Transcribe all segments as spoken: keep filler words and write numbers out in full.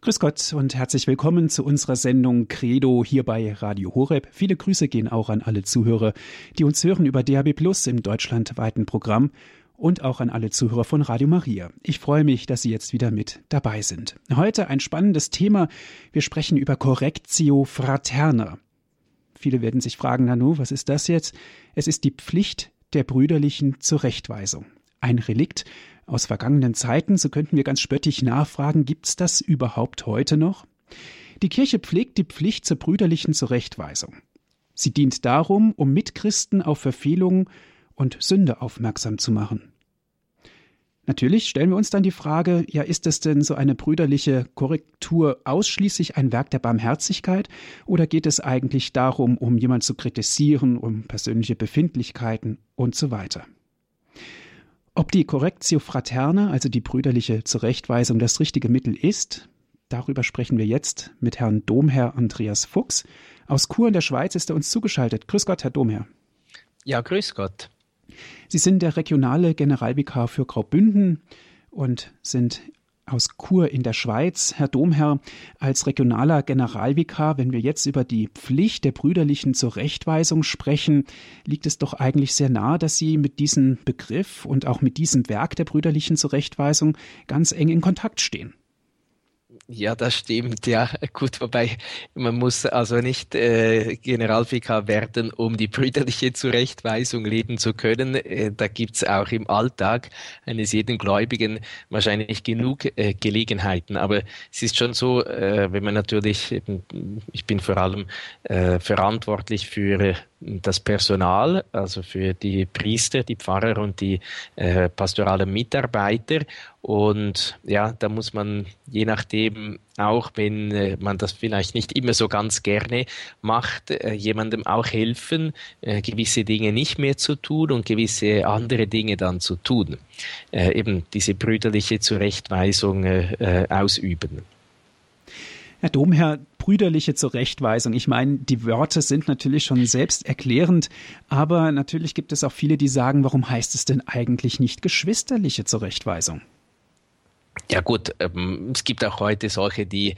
Grüß Gott und herzlich willkommen zu unserer Sendung Credo hier bei Radio Horeb. Viele Grüße gehen auch an alle Zuhörer, die uns hören über D A B Plus im deutschlandweiten Programm und auch an alle Zuhörer von Radio Maria. Ich freue mich, dass Sie jetzt wieder mit dabei sind. Heute ein spannendes Thema. Wir sprechen über Correctio Fraterna. Viele werden sich fragen, Nanu, was ist das jetzt? Es ist die Pflicht der brüderlichen Zurechtweisung. Ein Relikt aus vergangenen Zeiten, so könnten wir ganz spöttisch nachfragen, gibt es das überhaupt heute noch? Die Kirche pflegt die Pflicht zur brüderlichen Zurechtweisung. Sie dient darum, um Mitchristen auf Verfehlungen und Sünde aufmerksam zu machen. Natürlich stellen wir uns dann die Frage, ja, ist es denn so eine brüderliche Korrektur ausschließlich ein Werk der Barmherzigkeit oder geht es eigentlich darum, um jemanden zu kritisieren, um persönliche Befindlichkeiten und so weiter? Ob die Correctio Fraterna, also die brüderliche Zurechtweisung, das richtige Mittel ist, darüber sprechen wir jetzt mit Herrn Domherr Andreas Fuchs. Aus Chur in der Schweiz ist er uns zugeschaltet. Grüß Gott, Herr Domherr. Ja, grüß Gott. Sie sind der regionale Generalvikar für Graubünden und sind aus Chur in der Schweiz. Herr Domherr, als regionaler Generalvikar, wenn wir jetzt über die Pflicht der brüderlichen Zurechtweisung sprechen, liegt es doch eigentlich sehr nahe, dass Sie mit diesem Begriff und auch mit diesem Werk der brüderlichen Zurechtweisung ganz eng in Kontakt stehen. Ja, das stimmt, ja. Gut, wobei man muss also nicht äh, Generalvikar werden, um die brüderliche Zurechtweisung leben zu können. Äh, da gibt's auch im Alltag eines jeden Gläubigen wahrscheinlich genug äh, Gelegenheiten. Aber es ist schon so, äh, wenn man natürlich, eben, ich bin vor allem äh, verantwortlich für äh, das Personal, also für die Priester, die Pfarrer und die äh, pastoralen Mitarbeiter. Und ja, da muss man je nachdem, auch wenn äh, man das vielleicht nicht immer so ganz gerne macht, äh, jemandem auch helfen, äh, gewisse Dinge nicht mehr zu tun und gewisse andere Dinge dann zu tun. Äh, eben diese brüderliche Zurechtweisung äh, ausüben. Herr Domherr, brüderliche Zurechtweisung. Ich meine, die Wörter sind natürlich schon selbsterklärend, aber natürlich gibt es auch viele, die sagen, warum heißt es denn eigentlich nicht geschwisterliche Zurechtweisung? Ja gut, ähm, es gibt auch heute solche, die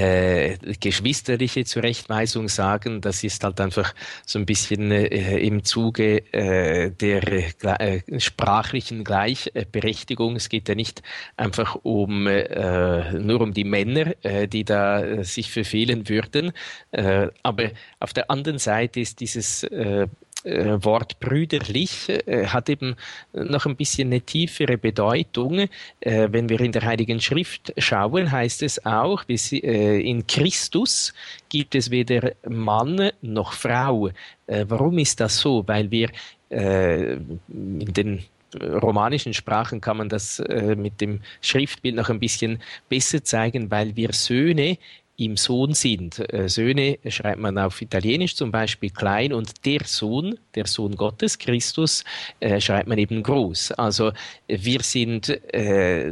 äh, geschwisterliche Zurechtweisung sagen. Das ist halt einfach so ein bisschen äh, im Zuge äh, der äh, sprachlichen Gleichberechtigung. Es geht ja nicht einfach um äh, nur um die Männer, äh, die da äh, sich verfehlen würden. Äh, aber auf der anderen Seite ist dieses äh, Wort brüderlich äh, hat eben noch ein bisschen eine tiefere Bedeutung. Äh, wenn wir in der Heiligen Schrift schauen, heißt es auch, bis, äh, in Christus gibt es weder Mann noch Frau. Äh, warum ist das so? Weil wir äh, in den romanischen Sprachen kann man das äh, mit dem Schriftbild noch ein bisschen besser zeigen, weil wir Söhne im Sohn sind. Äh, Söhne schreibt man auf Italienisch zum Beispiel klein und der Sohn, der Sohn Gottes, Christus, äh, schreibt man eben groß. Also äh, wir sind äh,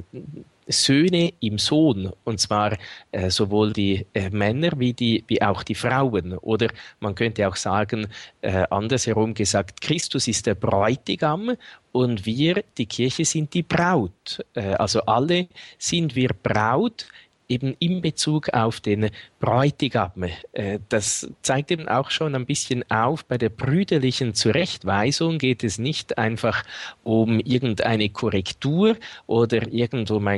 Söhne im Sohn, und zwar äh, sowohl die äh, Männer wie die wie auch die Frauen. Oder man könnte auch sagen, äh, andersherum gesagt, Christus ist der Bräutigam und wir, die Kirche, sind die Braut. Äh, also alle sind wir Braut, eben in Bezug auf den Bräutigam. Das zeigt eben auch schon ein bisschen auf, bei der brüderlichen Zurechtweisung geht es nicht einfach um irgendeine Korrektur oder irgendwo um ein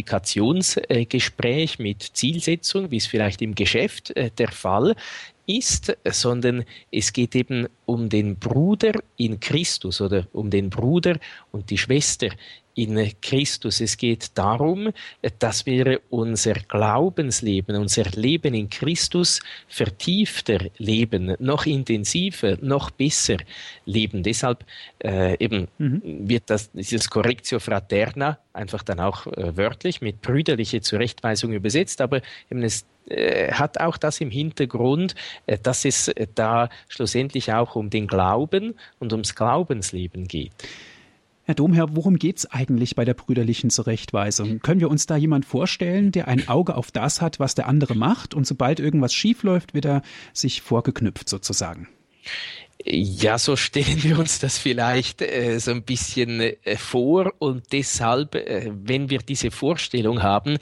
Qualifikationsgespräch mit Zielsetzung, wie es vielleicht im Geschäft der Fall ist, sondern es geht eben um den Bruder in Christus oder um den Bruder und die Schwester in Christus. Es geht darum, dass wir unser Glaubensleben, unser Leben in Christus vertiefter leben, noch intensiver, noch besser leben. Deshalb äh, eben mhm. wird das, dieses Correctio Fraterna einfach dann auch äh, wörtlich mit brüderliche Zurechtweisung übersetzt, aber eben es äh, hat auch das im Hintergrund, äh, dass es äh, da schlussendlich auch um den Glauben und ums Glaubensleben geht. Herr Domherr, worum geht es eigentlich bei der brüderlichen Zurechtweisung? Können wir uns da jemand vorstellen, der ein Auge auf das hat, was der andere macht und sobald irgendwas schief läuft, wird er sich vorgeknüpft sozusagen? Ja, so stellen wir uns das vielleicht äh, so ein bisschen äh, vor und deshalb, äh, wenn wir diese Vorstellung haben,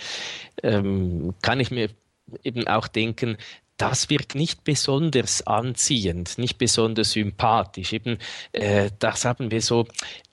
ähm, kann ich mir eben auch denken, das wirkt nicht besonders anziehend, nicht besonders sympathisch. Eben, äh, das haben wir so,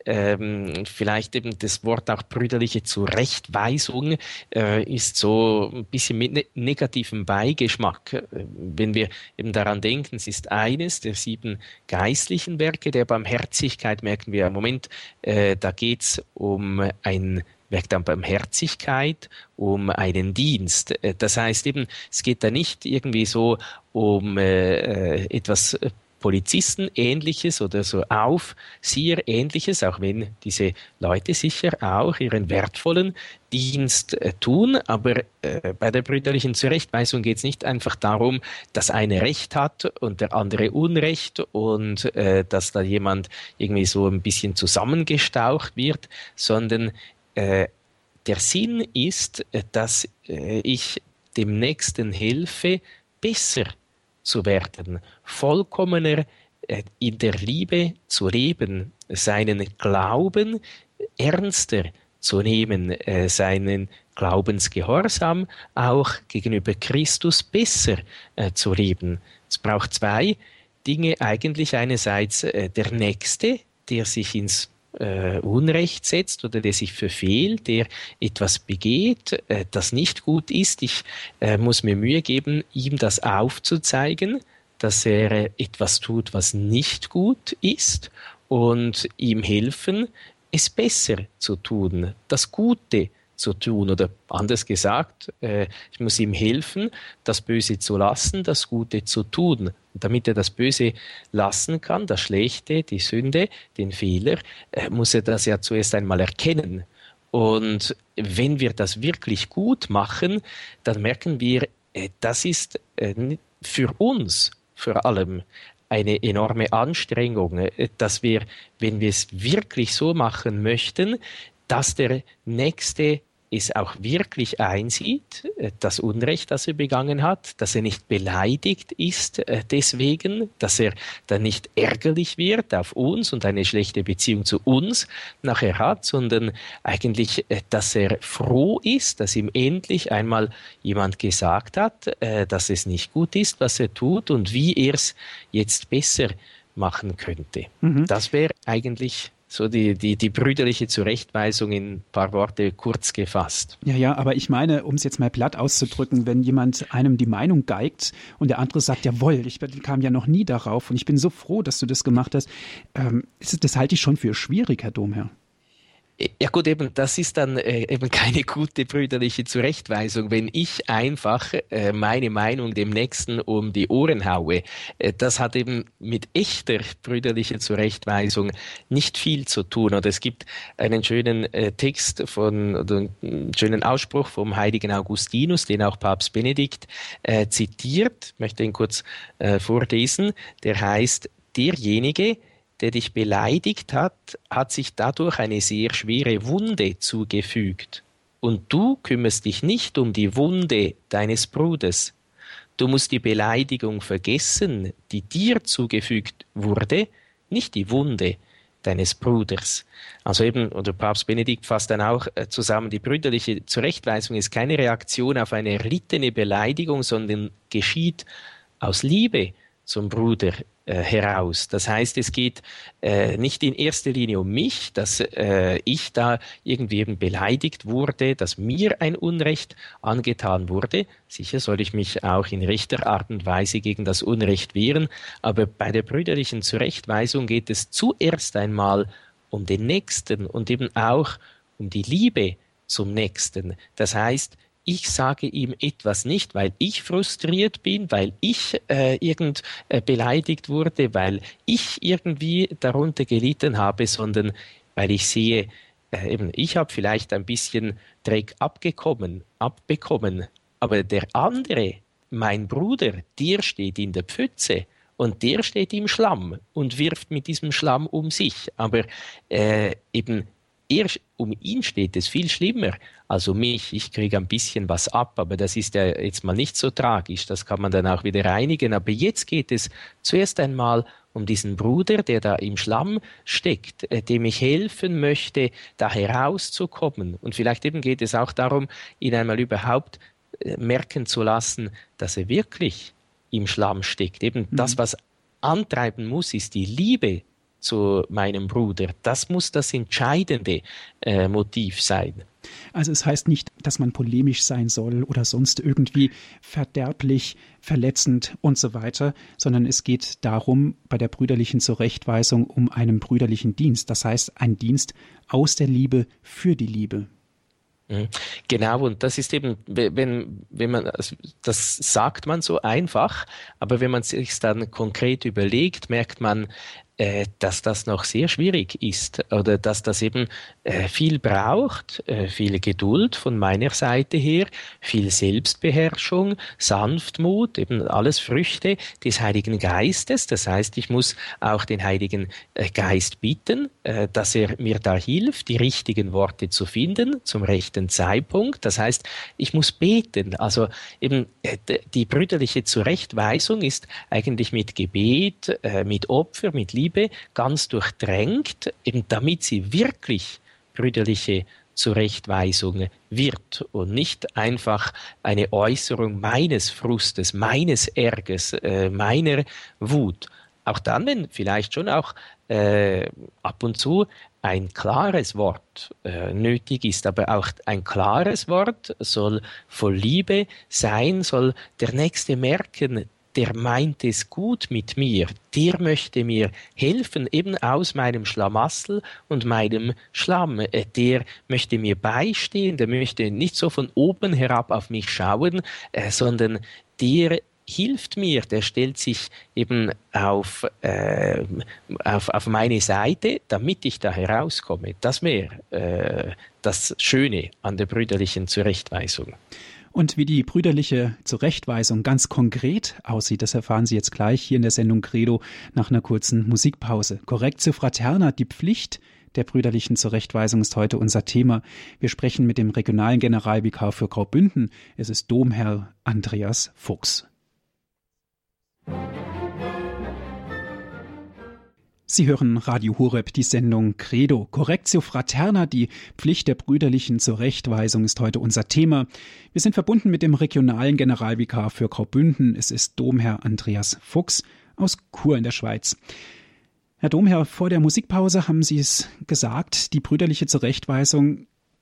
ähm, vielleicht eben das Wort auch brüderliche Zurechtweisung äh, ist so ein bisschen mit ne negativem Beigeschmack. Äh, wenn wir eben daran denken, es ist eines der sieben geistlichen Werke der Barmherzigkeit, merken wir, im Moment, äh, da geht's um ein Werk der Barmherzigkeit, um einen Dienst. Das heißt eben, es geht da nicht irgendwie so um äh, etwas Polizistenähnliches oder so Aufseherähnliches, auch wenn diese Leute sicher auch ihren wertvollen Dienst äh, tun, aber äh, bei der brüderlichen Zurechtweisung geht es nicht einfach darum, dass einer Recht hat und der andere Unrecht und äh, dass da jemand irgendwie so ein bisschen zusammengestaucht wird, sondern äh, der Sinn ist, äh, dass äh, ich dem Nächsten helfe, besser zu werden, vollkommener äh, in der Liebe zu leben, seinen Glauben ernster zu nehmen, äh, seinen Glaubensgehorsam auch gegenüber Christus besser äh, zu leben. Es braucht zwei Dinge eigentlich. Einerseits äh, der Nächste, der sich ins äh, Unrecht setzt oder der sich verfehlt, der etwas begeht, äh, das nicht gut ist. Ich äh, muss mir Mühe geben, ihm das aufzuzeigen, dass er äh, etwas tut, was nicht gut ist und ihm helfen, es besser zu tun, das Gute zu tun oder anders gesagt, äh, ich muss ihm helfen, das Böse zu lassen, das Gute zu tun. Und damit er das Böse lassen kann, das Schlechte, die Sünde, den Fehler, äh, muss er das ja zuerst einmal erkennen. Und wenn wir das wirklich gut machen, dann merken wir, äh, das ist äh, für uns vor allem eine enorme Anstrengung, dass wir, wenn wir es wirklich so machen möchten, dass der Nächste es auch wirklich einsieht, das Unrecht, das er begangen hat, dass er nicht beleidigt ist deswegen, dass er dann nicht ärgerlich wird auf uns und eine schlechte Beziehung zu uns nachher hat, sondern eigentlich, dass er froh ist, dass ihm endlich einmal jemand gesagt hat, dass es nicht gut ist, was er tut und wie er es jetzt besser machen könnte. Mhm. Das wäre eigentlich so die, die, die brüderliche Zurechtweisung in ein paar Worte kurz gefasst. Ja, ja, aber ich meine, um es jetzt mal platt auszudrücken, wenn jemand einem die Meinung geigt und der andere sagt, jawohl, ich kam ja noch nie darauf und ich bin so froh, dass du das gemacht hast, ähm, das halte ich schon für schwierig, Herr Domherr. Ja gut, eben, das ist dann äh, eben keine gute brüderliche Zurechtweisung, wenn ich einfach äh, meine Meinung dem Nächsten um die Ohren haue. Äh, das hat eben mit echter brüderlicher Zurechtweisung nicht viel zu tun. Oder es gibt einen schönen äh, Text von, oder einen schönen Ausspruch vom heiligen Augustinus, den auch Papst Benedikt äh, zitiert. Ich möchte ihn kurz äh, vorlesen. Der heißt, derjenige, der dich beleidigt hat, hat sich dadurch eine sehr schwere Wunde zugefügt. Und du kümmerst dich nicht um die Wunde deines Bruders. Du musst die Beleidigung vergessen, die dir zugefügt wurde, nicht die Wunde deines Bruders. Also eben, oder Papst Benedikt fasst dann auch zusammen, die brüderliche Zurechtweisung ist keine Reaktion auf eine erlittene Beleidigung, sondern geschieht aus Liebe zum Bruder äh, heraus. Das heißt, es geht äh, nicht in erster Linie um mich, dass äh, ich da irgendwie eben beleidigt wurde, dass mir ein Unrecht angetan wurde. Sicher soll ich mich auch in rechter Art und Weise gegen das Unrecht wehren, aber bei der brüderlichen Zurechtweisung geht es zuerst einmal um den Nächsten und eben auch um die Liebe zum Nächsten. Das heißt, ich sage ihm etwas nicht, weil ich frustriert bin, weil ich äh, irgend äh, beleidigt wurde, weil ich irgendwie darunter gelitten habe, sondern weil ich sehe, äh, eben ich habe vielleicht ein bisschen Dreck abgekommen, abbekommen, aber der andere, mein Bruder, der steht in der Pfütze und der steht im Schlamm und wirft mit diesem Schlamm um sich, aber äh, eben Er, um ihn steht es viel schlimmer als um mich. Ich kriege ein bisschen was ab, aber das ist ja jetzt mal nicht so tragisch. Das kann man dann auch wieder reinigen. Aber jetzt geht es zuerst einmal um diesen Bruder, der da im Schlamm steckt, äh, dem ich helfen möchte, da herauszukommen. Und vielleicht eben geht es auch darum, ihn einmal überhaupt äh, merken zu lassen, dass er wirklich im Schlamm steckt. Eben mhm. das, was antreiben muss, ist die Liebe zu meinem Bruder. Das muss das entscheidende äh, Motiv sein. Also es heißt nicht, dass man polemisch sein soll oder sonst irgendwie verderblich, verletzend und so weiter, sondern es geht darum, bei der brüderlichen Zurechtweisung um einen brüderlichen Dienst. Das heißt, ein Dienst aus der Liebe für die Liebe. Genau, und das ist eben, wenn, wenn man, das sagt man so einfach, aber wenn man sich dann konkret überlegt, merkt man, äh, dass das noch sehr schwierig ist oder dass das eben äh, viel braucht, äh, viel Geduld von meiner Seite her, viel Selbstbeherrschung, Sanftmut, eben alles Früchte des Heiligen Geistes. Das heißt, ich muss auch den Heiligen äh, Geist bitten, äh, dass er mir da hilft, die richtigen Worte zu finden zum rechten Zeitpunkt. Das heißt, ich muss beten. Also eben äh, die brüderliche Zurechtweisung ist eigentlich mit Gebet, äh, mit Opfer, mit Liebe ganz durchdrängt, eben damit sie wirklich brüderliche Zurechtweisung wird und nicht einfach eine Äußerung meines Frustes, meines Ärgers, äh, meiner Wut. Auch dann, wenn vielleicht schon auch äh, ab und zu ein klares Wort äh, nötig ist, aber auch ein klares Wort soll voll Liebe sein, soll der Nächste merken, der meint es gut mit mir, der möchte mir helfen, eben aus meinem Schlamassel und meinem Schlamm. Der möchte mir beistehen, der möchte nicht so von oben herab auf mich schauen, äh, sondern der hilft mir, der stellt sich eben auf, äh, auf, auf meine Seite, damit ich da herauskomme. Das wäre äh, das Schöne an der brüderlichen Zurechtweisung. Und wie die brüderliche Zurechtweisung ganz konkret aussieht, das erfahren Sie jetzt gleich hier in der Sendung Credo nach einer kurzen Musikpause. Correctio fraterna, die Pflicht der brüderlichen Zurechtweisung ist heute unser Thema. Wir sprechen mit dem regionalen Generalvikar für Graubünden. Es ist Domherr Andreas Fuchs. Sie hören Radio Horeb, die Sendung Credo. Correctio fraterna, die Pflicht der brüderlichen Zurechtweisung ist heute unser Thema. Wir sind verbunden mit dem regionalen Generalvikar für Graubünden. Es ist Domherr Andreas Fuchs aus Chur in der Schweiz. Herr Domherr, vor der Musikpause haben Sie es gesagt, die brüderliche Zurechtweisung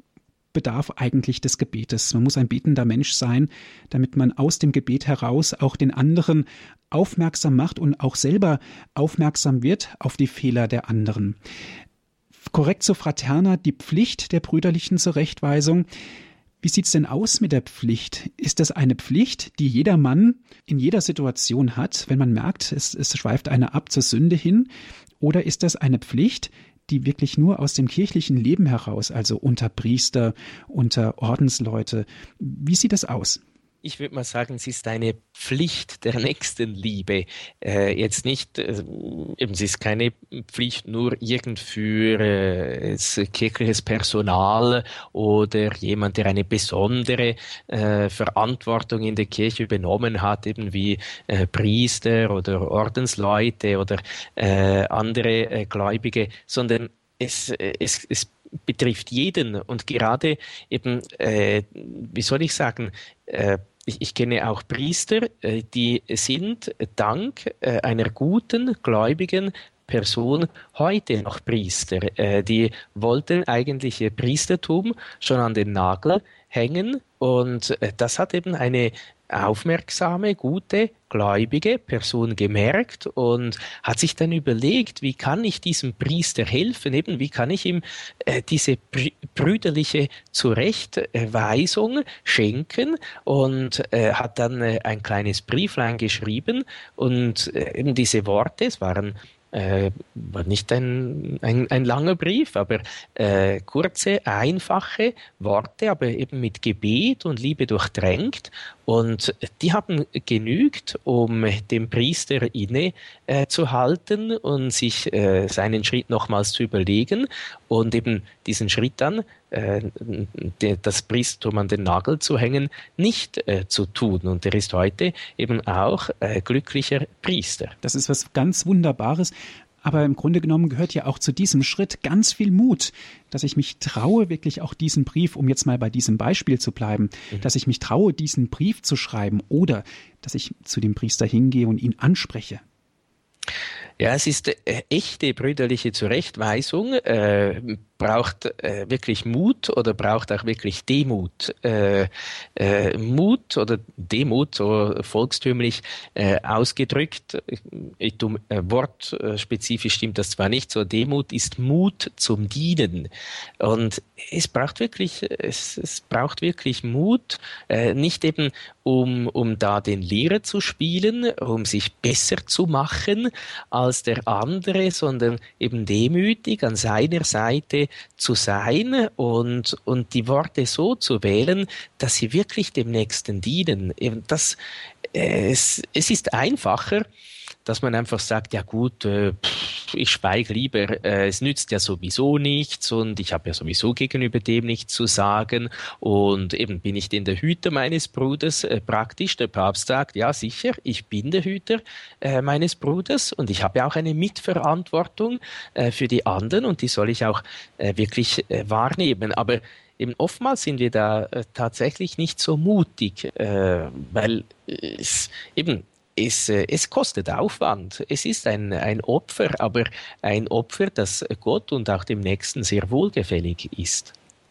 bedarf eigentlich des Gebetes. Man muss ein betender Mensch sein, damit man aus dem Gebet heraus auch den anderen aufmerksam macht und auch selber aufmerksam wird auf die Fehler der anderen. Correctio fraterna, die Pflicht der brüderlichen Zurechtweisung. Wie sieht's denn aus mit der Pflicht? Ist das eine Pflicht, die jeder Mann in jeder Situation hat, wenn man merkt, es, es schweift einer ab zur Sünde hin? Oder ist das eine Pflicht, die wirklich nur aus dem kirchlichen Leben heraus, also unter Priester, unter Ordensleute, wie sieht das aus? Ich würde mal sagen, es ist eine Pflicht der Nächstenliebe. Äh, jetzt nicht, äh, eben, es ist keine Pflicht nur irgend für äh, kirchliches Personal oder jemand, der eine besondere äh, Verantwortung in der Kirche übernommen hat, eben wie äh, Priester oder Ordensleute oder äh, andere äh, Gläubige, sondern es, es, es betrifft jeden und gerade eben, äh, wie soll ich sagen, äh, ich, ich kenne auch Priester, äh, die sind dank äh, einer guten, gläubigen Person heute noch Priester. Äh, die wollten eigentlich ihr Priestertum schon an den Nagel hängen und äh, das hat eben eine aufmerksame, gute, gläubige Person gemerkt und hat sich dann überlegt, wie kann ich diesem Priester helfen, eben wie kann ich ihm äh, diese brüderliche Zurechtweisung schenken und äh, hat dann äh, ein kleines Brieflein geschrieben und äh, eben diese Worte, es waren Äh, war nicht ein, ein, ein langer Brief, aber äh, kurze, einfache Worte, aber eben mit Gebet und Liebe durchdrängt. Und die haben genügt, um dem Priester inne äh, zu halten und sich äh, seinen Schritt nochmals zu überlegen und eben diesen Schritt dann, äh, de, das Priestertum an den Nagel zu hängen, nicht äh, zu tun. Und er ist heute eben auch äh, glücklicher Priester. Das ist was ganz Wunderbares. Aber im Grunde genommen gehört ja auch zu diesem Schritt ganz viel Mut, dass ich mich traue, wirklich auch diesen Brief, um jetzt mal bei diesem Beispiel zu bleiben, mhm. dass ich mich traue, diesen Brief zu schreiben oder dass ich zu dem Priester hingehe und ihn anspreche. Ja, es ist äh, echte brüderliche Zurechtweisung, äh, braucht äh, wirklich Mut oder braucht auch wirklich Demut. Äh, äh, Mut oder Demut, so volkstümlich äh, ausgedrückt, ich, äh, wortspezifisch stimmt das zwar nicht, so Demut ist Mut zum Dienen. Und es braucht wirklich, es, es braucht wirklich Mut, äh, nicht eben um, um da den Lehrer zu spielen, um sich besser zu machen als der andere, sondern eben demütig an seiner Seite zu sein und, und die Worte so zu wählen, dass sie wirklich dem Nächsten dienen. Das, äh, es, es ist einfacher, dass man einfach sagt, ja gut, äh, ich schweige lieber, äh, es nützt ja sowieso nichts und ich habe ja sowieso gegenüber dem nichts zu sagen und eben bin ich denn der Hüter meines Bruders äh, praktisch. Der Papst sagt, ja sicher, ich bin der Hüter äh, meines Bruders und ich habe ja auch eine Mitverantwortung äh, für die anderen und die soll ich auch äh, wirklich äh, wahrnehmen. Aber eben oftmals sind wir da äh, tatsächlich nicht so mutig, äh, weil es eben Es, es kostet Aufwand. Es ist ein, ein Opfer, aber ein Opfer, das Gott und auch dem Nächsten sehr wohlgefällig ist.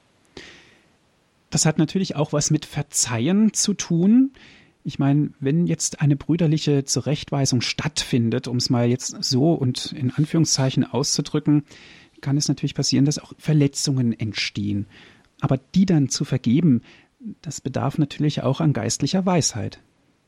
Das hat natürlich auch was mit Verzeihen zu tun. Ich meine, wenn jetzt eine brüderliche Zurechtweisung stattfindet, um es mal jetzt so und in Anführungszeichen auszudrücken, kann es natürlich passieren, dass auch Verletzungen entstehen. Aber die dann zu vergeben, das bedarf natürlich auch an geistlicher Weisheit.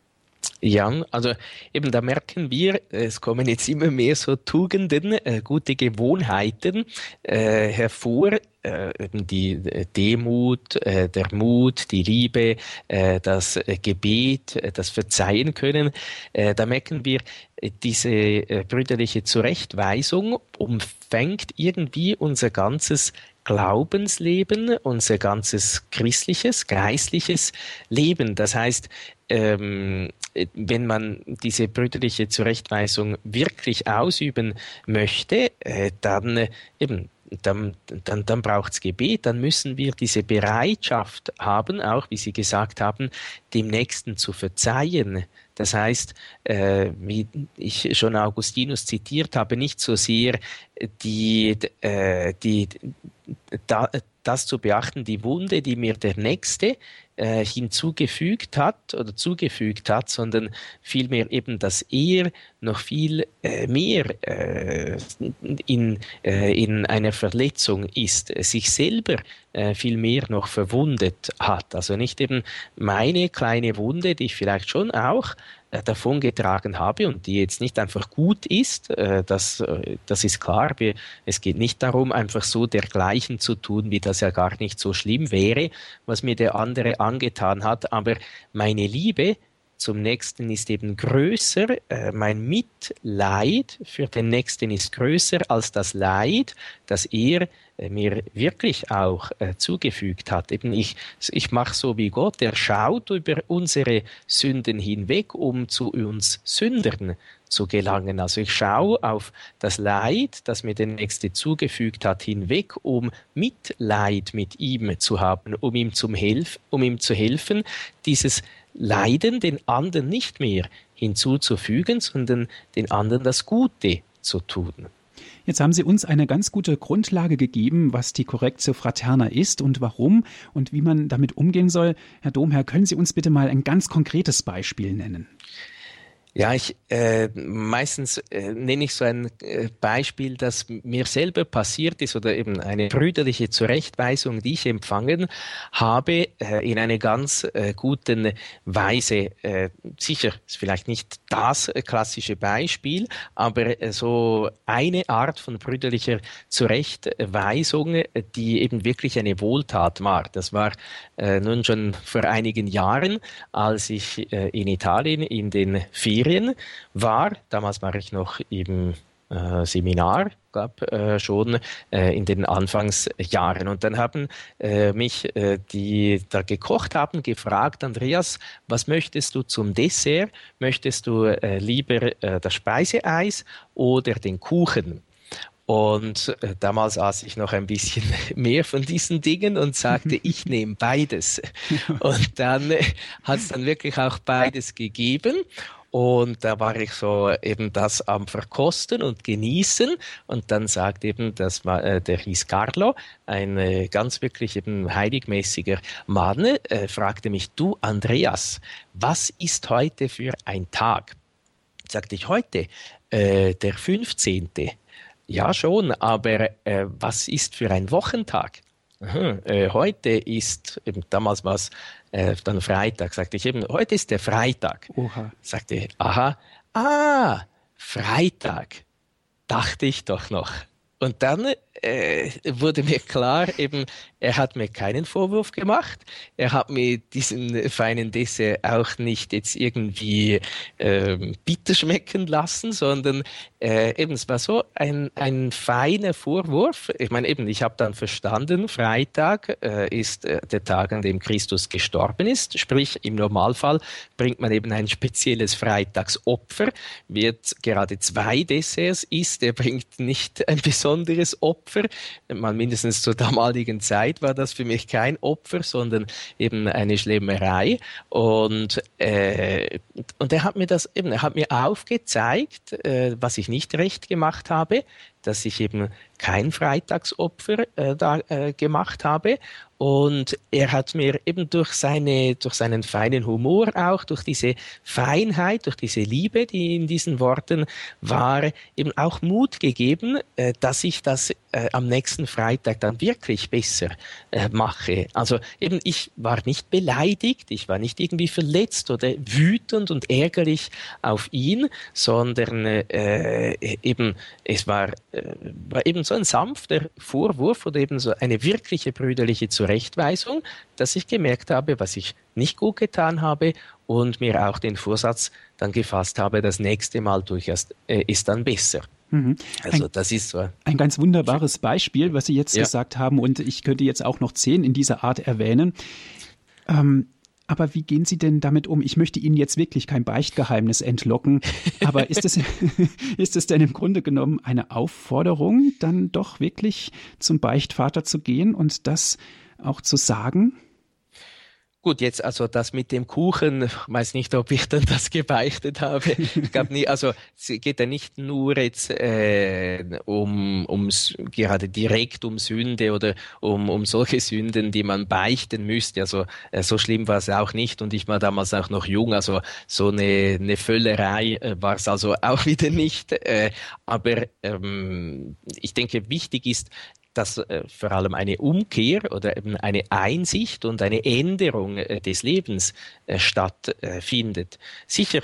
Ja, also eben da merken wir, es kommen jetzt immer mehr so Tugenden, äh, gute Gewohnheiten äh, hervor, äh, eben die äh, Demut, äh, der Mut, die Liebe, äh, das äh, Gebet, äh, das Verzeihen können. Äh, da merken wir, äh, diese äh, brüderliche Zurechtweisung umfängt irgendwie unser ganzes Glaubensleben, unser ganzes christliches, geistliches Leben. Das heißt, ähm, wenn man diese brüderliche Zurechtweisung wirklich ausüben möchte, äh, dann äh, eben dann, dann, dann braucht es Gebet, dann müssen wir diese Bereitschaft haben, auch wie Sie gesagt haben, dem Nächsten zu verzeihen. Das heißt, äh, wie ich schon Augustinus zitiert habe, nicht so sehr die, äh, die, da, das zu beachten, die Wunde, die mir der Nächste äh, hinzugefügt hat oder zugefügt hat, sondern vielmehr eben, dass er noch viel äh, mehr äh, in, äh, in einer Verletzung ist, sich selber äh, viel mehr noch verwundet hat. Also nicht eben meine kleine Wunde, die ich vielleicht schon auch äh, davongetragen habe und die jetzt nicht einfach gut ist, äh, das, äh, das ist klar. Wir, es geht nicht darum, einfach so dergleichen zu tun, wie das ja gar nicht so schlimm wäre, was mir der andere angetan hat, aber meine Liebe zum Nächsten ist eben größer, äh, mein Mitleid für den Nächsten ist größer als das Leid, das er äh, mir wirklich auch äh, zugefügt hat. Eben ich, ich mache so wie Gott, er schaut über unsere Sünden hinweg, um zu uns Sündern zu gelangen. Also ich schaue auf das Leid, das mir der Nächste zugefügt hat, hinweg, um Mitleid mit ihm zu haben, um ihm, zum Helf, um ihm zu helfen, dieses Leiden den anderen nicht mehr hinzuzufügen, sondern den anderen das Gute zu tun. Jetzt haben Sie uns eine ganz gute Grundlage gegeben, was die Correctio Fraterna ist und warum und wie man damit umgehen soll. Herr Domherr, können Sie uns bitte mal ein ganz konkretes Beispiel nennen? Ja, ich äh, meistens äh, nenne ich so ein äh, Beispiel, das mir selber passiert ist oder eben eine brüderliche Zurechtweisung, die ich empfangen habe, äh, in einer ganz äh, guten Weise. Äh, sicher ist vielleicht nicht das äh, klassische Beispiel, aber äh, so eine Art von brüderlicher Zurechtweisung, äh, die eben wirklich eine Wohltat war. Das war äh, nun schon vor einigen Jahren, als ich äh, in Italien in den Ferien war. Damals war ich noch im äh, Seminar, gab äh, schon äh, in den Anfangsjahren. Und dann haben äh, mich äh, die da gekocht haben gefragt, Andreas, was möchtest du zum Dessert? Möchtest du äh, lieber äh, das Speiseeis oder den Kuchen? Und äh, damals aß ich noch ein bisschen mehr von diesen Dingen und sagte, ich nehme beides. Und dann äh, hat es dann wirklich auch beides gegeben. Und da war ich so eben das am Verkosten und Genießen. Und dann sagt eben, das war, äh, der hieß Carlo, ein äh, ganz wirklich eben heiligmäßiger Mann, äh, fragte mich, du Andreas, was ist heute für ein Tag? Sagte ich, heute, äh, der fünfzehnte. Ja schon, aber äh, was ist für ein Wochentag? Aha, äh, heute ist, eben damals war es äh, dann Freitag, sagte ich eben, heute ist der Freitag. Oha. Sagte ich, aha, ah, Freitag, dachte ich doch noch. Und dann äh, wurde mir klar, eben, er hat mir keinen Vorwurf gemacht. Er hat mir diesen feinen Dessert auch nicht jetzt irgendwie äh, bitter schmecken lassen, sondern äh, eben, es war so ein, ein feiner Vorwurf. Ich meine, eben, ich habe dann verstanden, Freitag äh, ist äh, der Tag, an dem Christus gestorben ist. Sprich, im Normalfall bringt man eben ein spezielles Freitagsopfer. Wer gerade zwei Desserts isst, der bringt nicht ein besonderes Opfer. Mal mindestens zur damaligen Zeit war das für mich kein Opfer, sondern eben eine Schlemmerei. Und, äh, und er hat mir das eben, er hat mir aufgezeigt, äh, was ich nicht recht gemacht habe, dass ich eben kein Freitagsopfer äh, da äh, gemacht habe. Und er hat mir eben durch seine, durch seinen feinen Humor auch, durch diese Feinheit, durch diese Liebe, die in diesen Worten war, eben auch Mut gegeben, äh, dass ich das äh, am nächsten Freitag dann wirklich besser äh, mache. Also eben, ich war nicht beleidigt, ich war nicht irgendwie verletzt oder wütend und ärgerlich auf ihn, sondern äh, eben, es war, äh, war eben so ein sanfter Vorwurf oder eben so eine wirkliche brüderliche Zurechtweisung, dass ich gemerkt habe, was ich nicht gut getan habe und mir auch den Vorsatz dann gefasst habe, das nächste Mal durchaus äh, ist dann besser. Mhm. Also ein, das ist so. Ein ganz wunderbares Beispiel, was Sie jetzt ja. gesagt haben, und ich könnte jetzt auch noch zehn in dieser Art erwähnen. Ähm, Aber wie gehen Sie denn damit um? Ich möchte Ihnen jetzt wirklich kein Beichtgeheimnis entlocken, aber ist es, ist es denn im Grunde genommen eine Aufforderung, dann doch wirklich zum Beichtvater zu gehen und das auch zu sagen? Gut, jetzt also das mit dem Kuchen, ich weiß nicht, ob ich dann das gebeichtet habe. Ich glaube nie, also es geht ja nicht nur jetzt äh, um, um gerade direkt um Sünde oder um, um solche Sünden, die man beichten müsste. Also äh, so schlimm war es auch nicht und ich war damals auch noch jung, also so eine, eine Völlerei äh, war es also auch wieder nicht. Äh, aber ähm, ich denke, wichtig ist, dass äh, vor allem eine Umkehr oder eben eine Einsicht und eine Änderung äh, des Lebens äh, stattfindet. Äh, Sicher,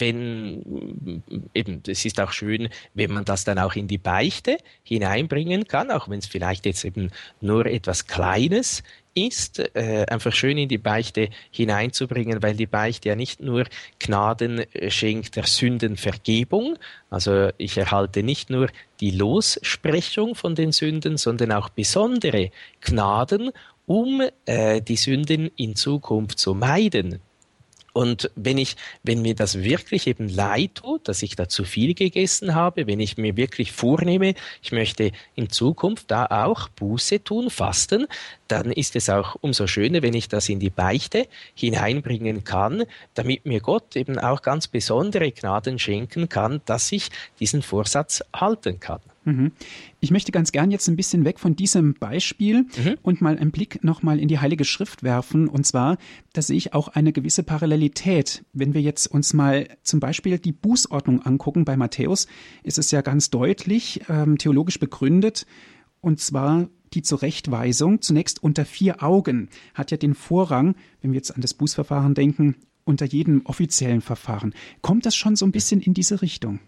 wenn eben, es ist auch schön, wenn man das dann auch in die Beichte hineinbringen kann, auch wenn es vielleicht jetzt eben nur etwas Kleines ist, äh, einfach schön in die Beichte hineinzubringen, weil die Beichte ja nicht nur Gnaden schenkt der Sündenvergebung, also ich erhalte nicht nur die Lossprechung von den Sünden, sondern auch besondere Gnaden, um äh, die Sünden in Zukunft zu meiden. Und wenn ich, wenn mir das wirklich eben leid tut, dass ich da zu viel gegessen habe, wenn ich mir wirklich vornehme, ich möchte in Zukunft da auch Buße tun, fasten, dann ist es auch umso schöner, wenn ich das in die Beichte hineinbringen kann, damit mir Gott eben auch ganz besondere Gnaden schenken kann, dass ich diesen Vorsatz halten kann. Ich möchte ganz gern jetzt ein bisschen weg von diesem Beispiel mhm. und mal einen Blick nochmal in die Heilige Schrift werfen. Und zwar, da sehe ich auch eine gewisse Parallelität. Wenn wir jetzt uns mal zum Beispiel die Bußordnung angucken bei Matthäus, ist es ja ganz deutlich ähm, theologisch begründet. Und zwar die Zurechtweisung zunächst unter vier Augen hat ja den Vorrang, wenn wir jetzt an das Bußverfahren denken, unter jedem offiziellen Verfahren. Kommt das schon so ein bisschen in diese Richtung?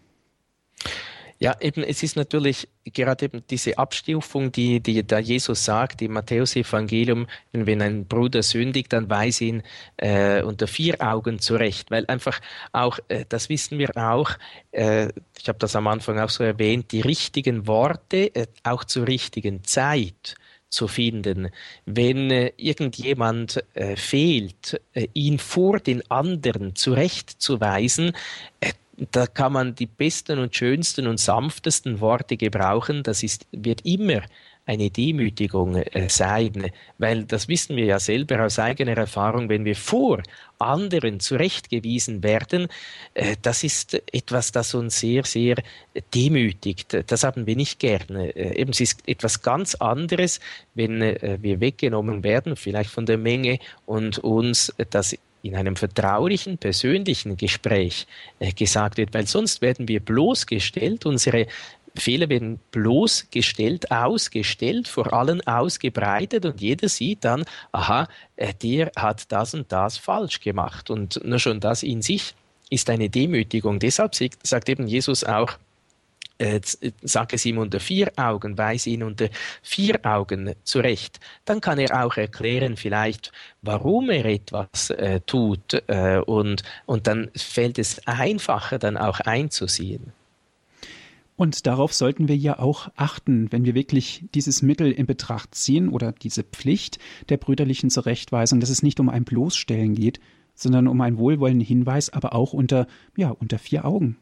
Ja, eben, es ist natürlich gerade eben diese Abstufung, die, die da Jesus sagt im Matthäus-Evangelium, wenn ein Bruder sündigt, dann weise ihn äh, unter vier Augen zurecht, weil einfach auch, äh, das wissen wir auch, äh, ich habe das am Anfang auch so erwähnt, die richtigen Worte äh, auch zur richtigen Zeit zu finden. Wenn äh, irgendjemand äh, fehlt, äh, ihn vor den anderen zurechtzuweisen, äh, da kann man die besten und schönsten und sanftesten Worte gebrauchen. Das ist, wird immer eine Demütigung äh, sein, weil das wissen wir ja selber aus eigener Erfahrung, wenn wir vor anderen zurechtgewiesen werden, äh, das ist etwas, das uns sehr, sehr demütigt. Das haben wir nicht gerne. Äh, eben, es ist etwas ganz anderes, wenn äh, wir weggenommen werden, vielleicht von der Menge, und uns das in einem vertraulichen, persönlichen Gespräch äh, gesagt wird, weil sonst werden wir bloßgestellt, unsere Fehler werden bloßgestellt, ausgestellt, vor allen ausgebreitet, und jeder sieht dann, aha, äh, der hat das und das falsch gemacht, und nur schon das in sich ist eine Demütigung. Deshalb sagt eben Jesus auch, Äh, sag es ihm unter vier Augen, weise ihn unter vier Augen zurecht. Dann kann er auch erklären vielleicht, warum er etwas äh, tut äh, und, und dann fällt es einfacher, dann auch einzusehen. Und darauf sollten wir ja auch achten, wenn wir wirklich dieses Mittel in Betracht ziehen oder diese Pflicht der brüderlichen Zurechtweisung, dass es nicht um ein Bloßstellen geht, sondern um einen wohlwollenden Hinweis, aber auch unter, ja, unter vier Augen.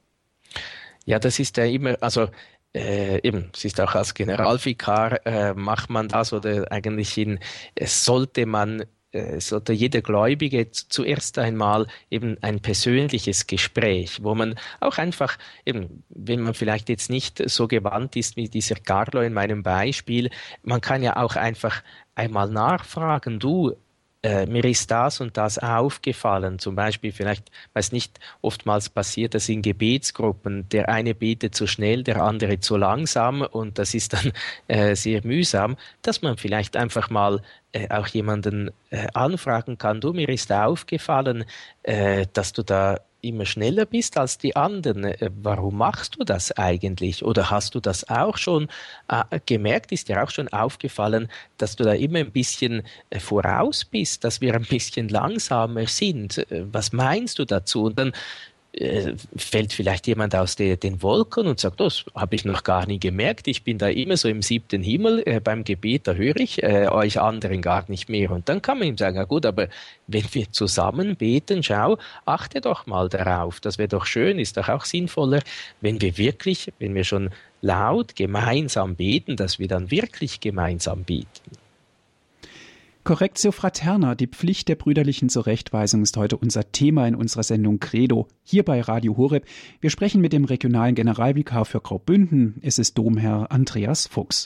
Ja, das ist ja immer, also äh, eben, es ist auch als Generalvikar, äh, macht man das, oder eigentlich in, äh, sollte man, äh, sollte jeder Gläubige zuerst einmal eben ein persönliches Gespräch, wo man auch einfach, eben, wenn man vielleicht jetzt nicht so gewandt ist wie dieser Carlo in meinem Beispiel, man kann ja auch einfach einmal nachfragen, du, Äh, mir ist das und das aufgefallen. Zum Beispiel, vielleicht, weiß nicht, oftmals passiert das in Gebetsgruppen. Der eine betet zu schnell, der andere zu langsam, und das ist dann äh, sehr mühsam, dass man vielleicht einfach mal äh, auch jemanden äh, anfragen kann. Du, mir ist aufgefallen, äh, dass du da immer schneller bist als die anderen. Äh, warum machst du das eigentlich? Oder hast du das auch schon äh, gemerkt? Ist dir auch schon aufgefallen, dass du da immer ein bisschen äh, voraus bist, dass wir ein bisschen langsamer sind? Äh, was meinst du dazu? Und dann äh, fällt vielleicht jemand aus de, den Wolken und sagt, das habe ich noch gar nie gemerkt, ich bin da immer so im siebten Himmel, äh, beim Gebet, da höre ich äh, euch anderen gar nicht mehr. Und dann kann man ihm sagen, ja gut, aber wenn wir zusammen beten, schau, achte doch mal darauf, das wäre doch schön, ist doch auch sinnvoller, wenn wir wirklich, wenn wir schon laut gemeinsam beten, dass wir dann wirklich gemeinsam beten. Correctio Fraterna, die Pflicht der brüderlichen Zurechtweisung, ist heute unser Thema in unserer Sendung Credo, hier bei Radio Horeb. Wir sprechen mit dem regionalen Generalvikar für Graubünden. Es ist Domherr Andreas Fuchs.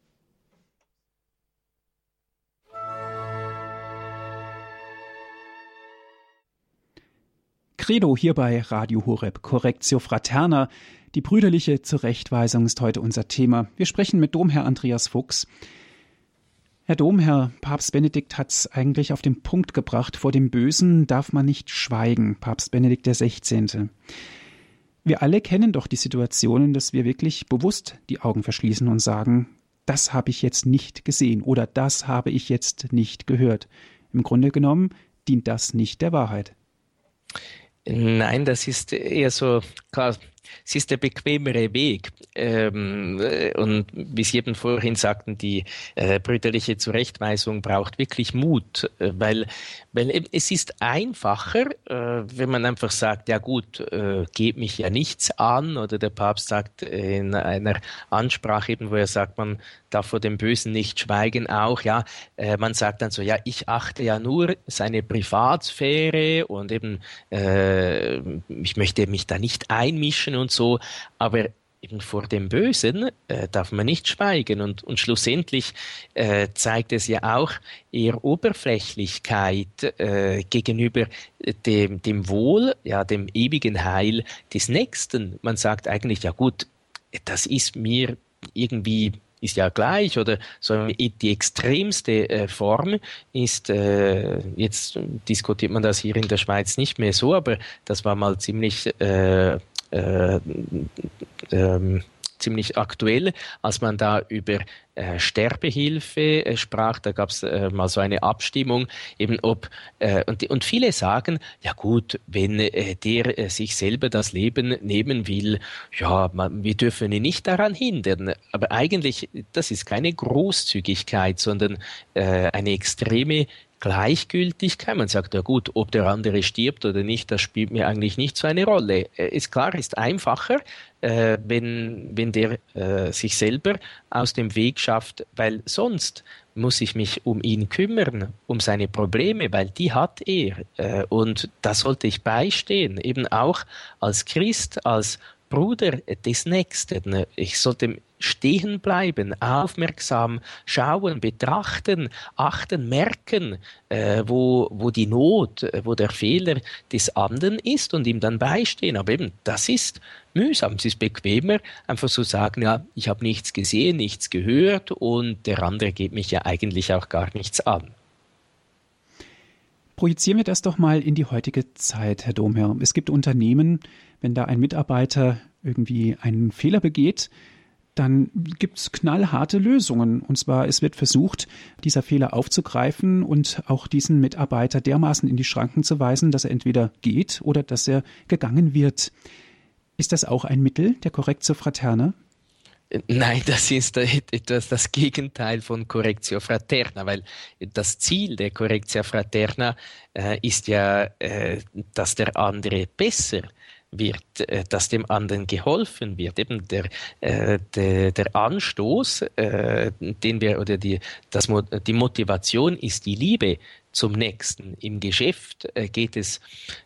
Credo hier bei Radio Horeb, Correctio Fraterna, die brüderliche Zurechtweisung ist heute unser Thema. Wir sprechen mit Domherr Andreas Fuchs. Herr Domherr, Papst Benedikt hat es eigentlich auf den Punkt gebracht, vor dem Bösen darf man nicht schweigen, Papst Benedikt der Sechzehnte. Wir alle kennen doch die Situationen, dass wir wirklich bewusst die Augen verschließen und sagen, das habe ich jetzt nicht gesehen oder das habe ich jetzt nicht gehört. Im Grunde genommen dient das nicht der Wahrheit. Nein, das ist eher so, klar, es ist der bequemere Weg. Ähm, und wie Sie eben vorhin sagten, die äh, brüderliche Zurechtweisung braucht wirklich Mut, äh, weil, weil es ist einfacher, äh, wenn man einfach sagt, ja gut, äh, geht mich ja nichts an, oder der Papst sagt in einer Ansprache eben, wo er sagt, man darf vor dem Bösen nicht schweigen, auch, ja, äh, man sagt dann so, ja, ich achte ja nur seine Privatsphäre und eben, äh, ich möchte mich da nicht einmischen und so, aber eben vor dem Bösen äh, darf man nicht schweigen. Und, und schlussendlich äh, zeigt es ja auch eher Oberflächlichkeit äh, gegenüber dem, dem Wohl, ja, dem ewigen Heil des Nächsten. Man sagt eigentlich, ja gut, das ist mir irgendwie ist ja gleich, oder so die extremste äh, Form ist, äh, jetzt diskutiert man das hier in der Schweiz nicht mehr so, aber das war mal ziemlich äh, äh, ähm, ziemlich aktuell, als man da über äh, Sterbehilfe äh, sprach. Da gab es äh, mal so eine Abstimmung, eben ob äh, und, und viele sagen, ja gut, wenn äh, der äh, sich selber das Leben nehmen will, ja, man, wir dürfen ihn nicht daran hindern. Aber eigentlich, das ist keine Großzügigkeit, sondern äh, eine extreme Gleichgültigkeit. Man sagt, ja gut, ob der andere stirbt oder nicht, das spielt mir eigentlich nicht so eine Rolle. Äh, ist klar, ist einfacher, äh, wenn, wenn der äh, sich selber aus dem Weg schafft, weil sonst muss ich mich um ihn kümmern, um seine Probleme, weil die hat er. Äh, und da sollte ich beistehen, eben auch als Christ, als Bruder des Nächsten. Ich sollte stehen bleiben, aufmerksam schauen, betrachten, achten, merken, äh, wo, wo die Not, wo der Fehler des anderen ist und ihm dann beistehen. Aber eben, das ist mühsam. Es ist bequemer, einfach zu sagen, ja, ich habe nichts gesehen, nichts gehört und der andere geht mich ja eigentlich auch gar nichts an. Projizieren wir das doch mal in die heutige Zeit, Herr Domherr. Es gibt Unternehmen, wenn da ein Mitarbeiter irgendwie einen Fehler begeht, dann gibt es knallharte Lösungen. Und zwar, es wird versucht, dieser Fehler aufzugreifen und auch diesen Mitarbeiter dermaßen in die Schranken zu weisen, dass er entweder geht oder dass er gegangen wird. Ist das auch ein Mittel der Correctio Fraterna? Nein, das ist etwas das Gegenteil von Correctio Fraterna, weil das Ziel der Correctio Fraterna äh, ist ja, äh, dass der andere besser wird, äh, dass dem anderen geholfen wird. Eben der, äh, der, der Anstoß, äh, den wir, oder die, das, die Motivation ist die Liebe zum Nächsten. Im Geschäft äh, geht es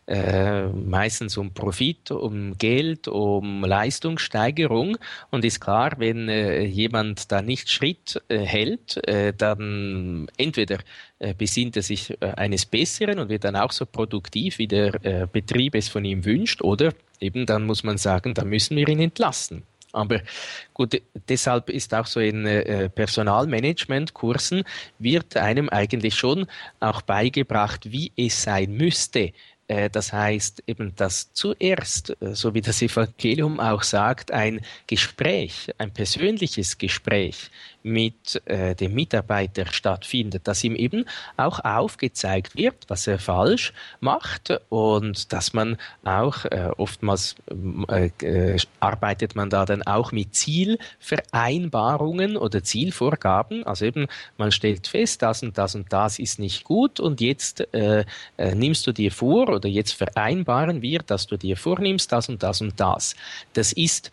äh, meistens um Profit, um Geld, um Leistungssteigerung und ist klar, wenn äh, jemand da nicht Schritt äh, hält, äh, dann entweder äh, besinnt er sich äh, eines Besseren und wird dann auch so produktiv, wie der äh, Betrieb es von ihm wünscht, oder eben dann muss man sagen, da müssen wir ihn entlassen. Aber gut, deshalb ist auch so in äh, Personalmanagement-Kursen wird einem eigentlich schon auch beigebracht, wie es sein müsste. Äh, das heißt eben, dass zuerst, äh, so wie das Evangelium auch sagt, ein Gespräch, ein persönliches Gespräch mit äh, dem Mitarbeiter stattfindet, dass ihm eben auch aufgezeigt wird, was er falsch macht und dass man auch äh, oftmals äh, äh, arbeitet man da dann auch mit Zielvereinbarungen oder Zielvorgaben, also eben man stellt fest, das und das und das ist nicht gut und jetzt äh, äh, nimmst du dir vor oder jetzt vereinbaren wir, dass du dir vornimmst, das und das und das. Das ist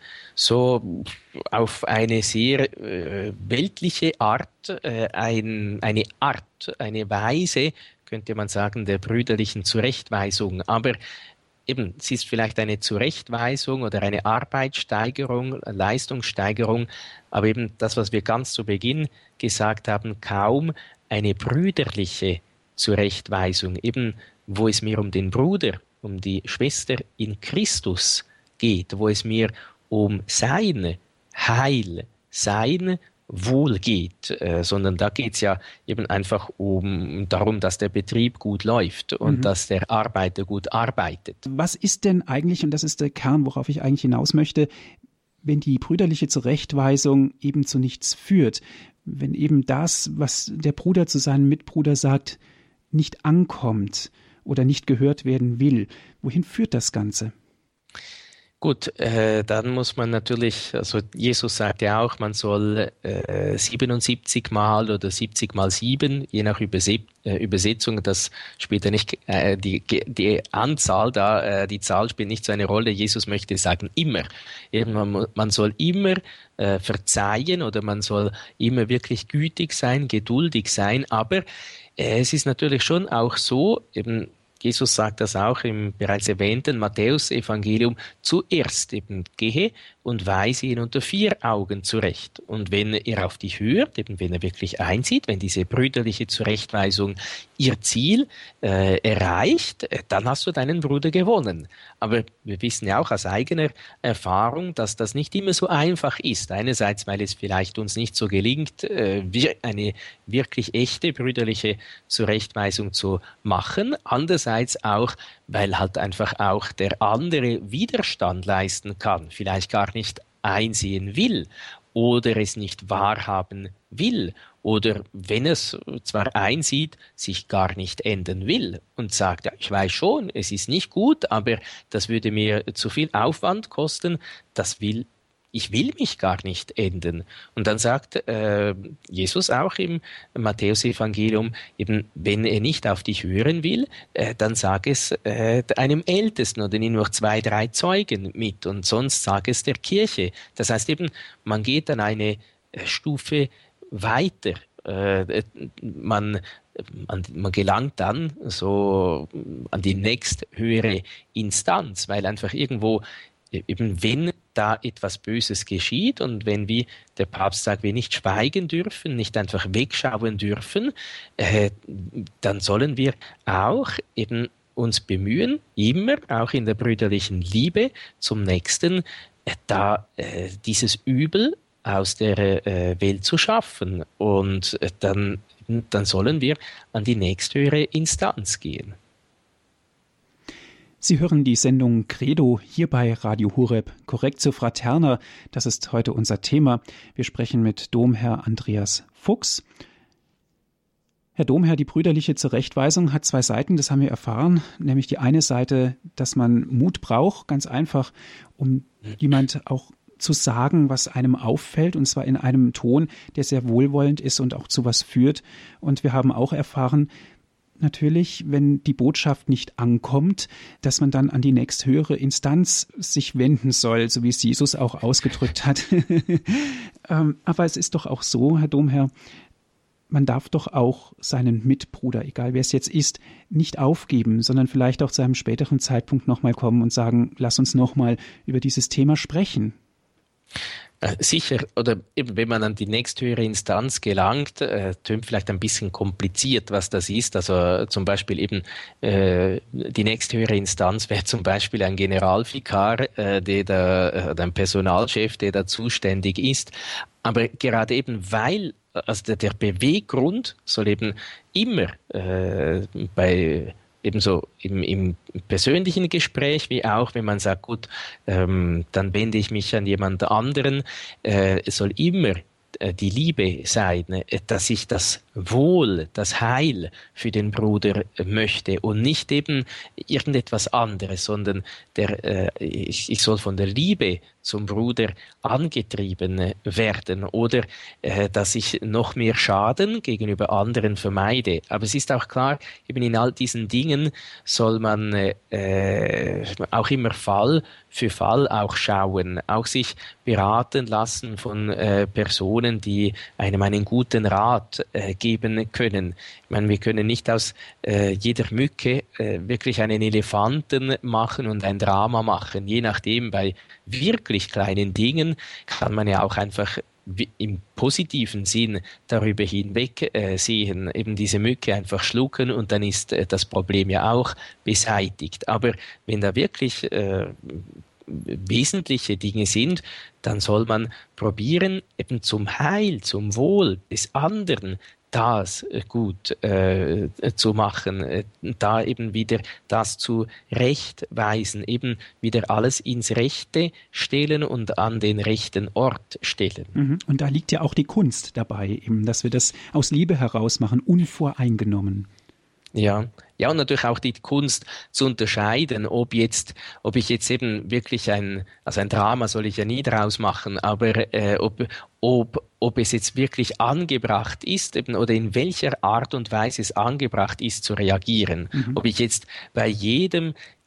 so auf eine sehr äh, weltliche Art, äh, ein, eine Art, eine Weise, könnte man sagen, der brüderlichen Zurechtweisung. Aber eben, es ist vielleicht eine Zurechtweisung oder eine Arbeitssteigerung, Leistungssteigerung, aber eben das, was wir ganz zu Beginn gesagt haben, kaum eine brüderliche Zurechtweisung, eben wo es mir um den Bruder, um die Schwester in Christus geht, wo es mir um sein Heil, sein Wohl geht, äh, sondern da geht es ja eben einfach um darum, dass der Betrieb gut läuft und mhm. dass der Arbeiter gut arbeitet. Was ist denn eigentlich, und das ist der Kern, worauf ich eigentlich hinaus möchte, wenn die brüderliche Zurechtweisung eben zu nichts führt, wenn eben das, was der Bruder zu seinem Mitbruder sagt, nicht ankommt oder nicht gehört werden will, wohin führt das Ganze? Gut, äh, dann muss man natürlich, also Jesus sagt ja auch, man soll äh, siebenundsiebzig Mal oder siebzig mal sieben, je nach Überse äh, Übersetzung, das spielt ja nicht, äh, die, die Anzahl da, äh, die Zahl spielt nicht so eine Rolle. Jesus möchte sagen, immer. Man, man soll immer äh, verzeihen oder man soll immer wirklich gütig sein, geduldig sein, aber äh, es ist natürlich schon auch so, eben, Jesus sagt das auch im bereits erwähnten Matthäus-Evangelium, zuerst eben gehe und weise ihn unter vier Augen zurecht. Und wenn er auf dich hört, eben wenn er wirklich einsieht, wenn diese brüderliche Zurechtweisung ihr Ziel äh, erreicht, dann hast du deinen Bruder gewonnen. Aber wir wissen ja auch aus eigener Erfahrung, dass das nicht immer so einfach ist. Einerseits, weil es vielleicht uns nicht so gelingt, äh, eine wirklich echte brüderliche Zurechtweisung zu machen. Andererseits auch, weil halt einfach auch der andere Widerstand leisten kann, vielleicht gar nicht einsehen will oder es nicht wahrhaben will oder wenn es zwar einsieht, sich gar nicht ändern will und sagt, ja, ich weiß schon, es ist nicht gut, aber das würde mir zu viel Aufwand kosten, das will ich will mich gar nicht ändern. Und dann sagt äh, Jesus auch im Matthäus-Evangelium, eben, wenn er nicht auf dich hören will, äh, dann sag es äh, einem Ältesten oder nimm noch zwei, drei Zeugen mit und sonst sag es der Kirche. Das heißt eben, man geht dann eine äh, Stufe weiter. Äh, man Man, man gelangt dann so an die nächsthöhere Instanz, weil einfach irgendwo eben wenn da etwas Böses geschieht und wenn, wie der Papst sagt, wir nicht schweigen dürfen, nicht einfach wegschauen dürfen, äh, dann sollen wir auch eben uns bemühen, immer auch in der brüderlichen Liebe zum Nächsten, äh, da äh, dieses Übel aus der äh, Welt zu schaffen und äh, dann, dann sollen wir an die nächsthöhere Instanz gehen. Sie hören die Sendung Credo hier bei Radio Horeb. Correctio Fraterna, das ist heute unser Thema. Wir sprechen mit Domherr Andreas Fuchs. Herr Domherr, die brüderliche Zurechtweisung hat zwei Seiten, das haben wir erfahren. Nämlich die eine Seite, dass man Mut braucht, ganz einfach, um jemand auch zu sagen, was einem auffällt, und zwar in einem Ton, der sehr wohlwollend ist und auch zu was führt. Und wir haben auch erfahren, natürlich, wenn die Botschaft nicht ankommt, dass man dann an die nächsthöhere Instanz sich wenden soll, so wie es Jesus auch ausgedrückt hat. Aber es ist doch auch so, Herr Domherr, man darf doch auch seinen Mitbruder, egal wer es jetzt ist, nicht aufgeben, sondern vielleicht auch zu einem späteren Zeitpunkt nochmal kommen und sagen, lass uns nochmal über dieses Thema sprechen. Sicher, oder eben wenn man an die nächsthöhere Instanz gelangt, äh, tönt vielleicht ein bisschen kompliziert, was das ist. Also zum Beispiel eben äh, die nächsthöhere Instanz wäre zum Beispiel ein Generalvikar, äh, der da, äh, ein Personalchef, der da zuständig ist. Aber gerade eben weil, also der, der Beweggrund soll eben immer äh, bei ebenso im, im persönlichen Gespräch, wie auch, wenn man sagt, gut, ähm, dann wende ich mich an jemand anderen, äh, es soll immer äh, die Liebe sein, äh, dass ich das Wohl, das Heil für den Bruder äh, möchte und nicht eben irgendetwas anderes, sondern der, äh, ich, ich soll von der Liebe zum Bruder angetrieben werden oder äh, dass ich noch mehr Schaden gegenüber anderen vermeide. Aber es ist auch klar, eben in all diesen Dingen soll man äh, auch immer Fall für Fall auch schauen, auch sich beraten lassen von äh, Personen, die einem einen guten Rat äh, geben können. Ich meine, wir können nicht aus äh, jeder Mücke äh, wirklich einen Elefanten machen und ein Drama machen, je nachdem, bei wirklich kleinen Dingen kann man ja auch einfach im positiven Sinn darüber hinweg äh, sehen, eben diese Mücke einfach schlucken und dann ist äh, das Problem ja auch beseitigt. Aber wenn da wirklich äh, wesentliche Dinge sind, dann soll man probieren, eben zum Heil, zum Wohl des anderen das gut äh, zu machen, äh, da eben wieder das zu rechtweisen, eben wieder alles ins Rechte stellen und an den rechten Ort stellen. Mhm. Und da liegt ja auch die Kunst dabei, eben, dass wir das aus Liebe heraus machen, unvoreingenommen. Ja, ja, und natürlich auch die Kunst zu unterscheiden, ob jetzt, ob ich jetzt eben wirklich ein, also ein Drama soll ich ja nie draus machen, aber äh, ob, ob, ob es jetzt wirklich angebracht ist, eben, oder in welcher Art und Weise es angebracht ist zu reagieren. Mhm. Ob ich jetzt bei jedem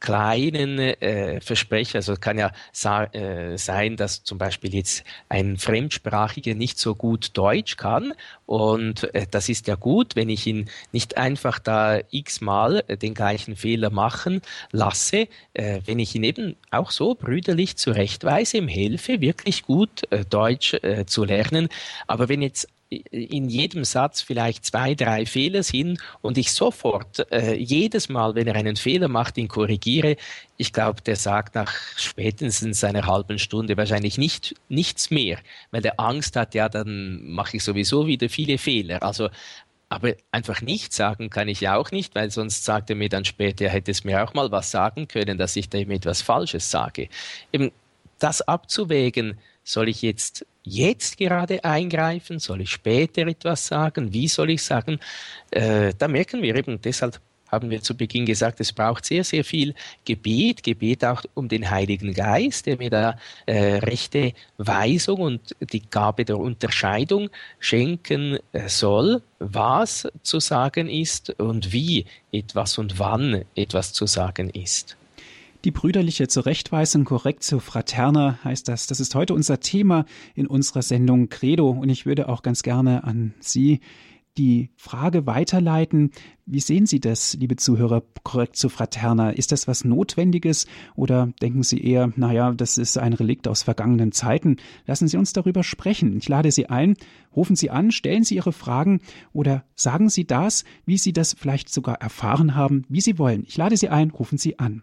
kleinen äh, Versprecher. Also es kann ja sa- äh, sein, dass zum Beispiel jetzt ein Fremdsprachiger nicht so gut Deutsch kann und äh, das ist ja gut, wenn ich ihn nicht einfach da x-mal äh, den gleichen Fehler machen lasse, äh, wenn ich ihn eben auch so brüderlich zurechtweise, ihm helfe, wirklich gut äh, Deutsch äh, zu lernen. Aber wenn jetzt in jedem Satz vielleicht zwei, drei Fehler sind und ich sofort äh, jedes Mal, wenn er einen Fehler macht, ihn korrigiere, ich glaube, der sagt nach spätestens einer halben Stunde wahrscheinlich nicht nichts mehr, weil der Angst hat, ja, dann mache ich sowieso wieder viele Fehler. Also, aber einfach nichts sagen kann ich ja auch nicht, weil sonst sagt er mir dann später, er hätte es mir auch mal was sagen können, dass ich da eben etwas Falsches sage. Eben das abzuwägen, soll ich jetzt jetzt gerade eingreifen? Soll ich später etwas sagen? Wie soll ich sagen? Äh, da merken wir eben, deshalb haben wir zu Beginn gesagt, es braucht sehr, sehr viel Gebet, Gebet auch um den Heiligen Geist, der mir da äh, rechte Weisung und die Gabe der Unterscheidung schenken äh, soll, was zu sagen ist und wie etwas und wann etwas zu sagen ist. Die brüderliche Zurechtweisung, Correctio Fraterna heißt das. Das ist heute unser Thema in unserer Sendung Credo. Und ich würde auch ganz gerne an Sie die Frage weiterleiten. Wie sehen Sie das, liebe Zuhörer, Correctio Fraterna? Ist das was Notwendiges oder denken Sie eher, naja, das ist ein Relikt aus vergangenen Zeiten? Lassen Sie uns darüber sprechen. Ich lade Sie ein, rufen Sie an, stellen Sie Ihre Fragen oder sagen Sie das, wie Sie das vielleicht sogar erfahren haben, wie Sie wollen. Ich lade Sie ein, rufen Sie an.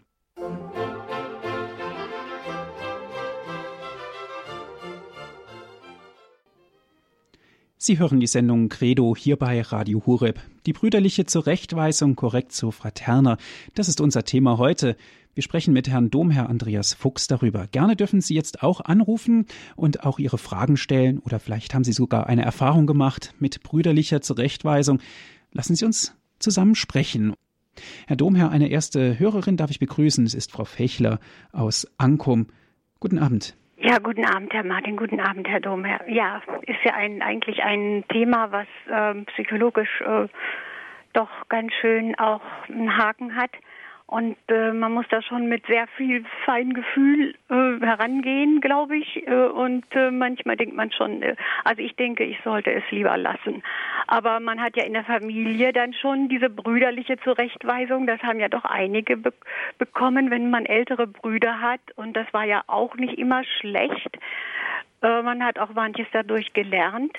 Sie hören die Sendung Credo hier bei Radio Horeb. Die brüderliche Zurechtweisung, Correctio Fraterna, das ist unser Thema heute. Wir sprechen mit Herrn Domherr Andreas Fuchs darüber. Gerne dürfen Sie jetzt auch anrufen und auch Ihre Fragen stellen oder vielleicht haben Sie sogar eine Erfahrung gemacht mit brüderlicher Zurechtweisung. Lassen Sie uns zusammen sprechen. Herr Domherr, eine erste Hörerin darf ich begrüßen. Es ist Frau Fechler aus Ankum. Guten Abend. Ja, guten Abend, Herr Martin, guten Abend, Herr Domherr. Ja, ist ja ein, eigentlich ein Thema, was äh, psychologisch äh, doch ganz schön auch einen Haken hat. Und äh, man muss da schon mit sehr viel Feingefühl äh, herangehen, glaube ich. Äh, und äh, manchmal denkt man schon, äh, also ich denke, ich sollte es lieber lassen. Aber man hat ja in der Familie dann schon diese brüderliche Zurechtweisung. Das haben ja doch einige be- bekommen, wenn man ältere Brüder hat. Und das war ja auch nicht immer schlecht. Äh, man hat auch manches dadurch gelernt.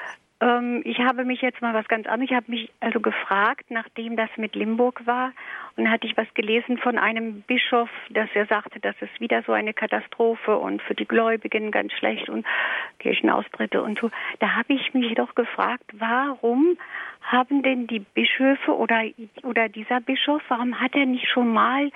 Ich habe mich jetzt mal was ganz anderes, ich habe mich also gefragt, nachdem das mit Limburg war, und da hatte ich was gelesen von einem Bischof, dass er sagte, das ist wieder so eine Katastrophe und für die Gläubigen ganz schlecht und Kirchenaustritte und so. Da habe ich mich doch gefragt, warum haben denn die Bischöfe oder, oder dieser Bischof, warum hat er nicht schon mal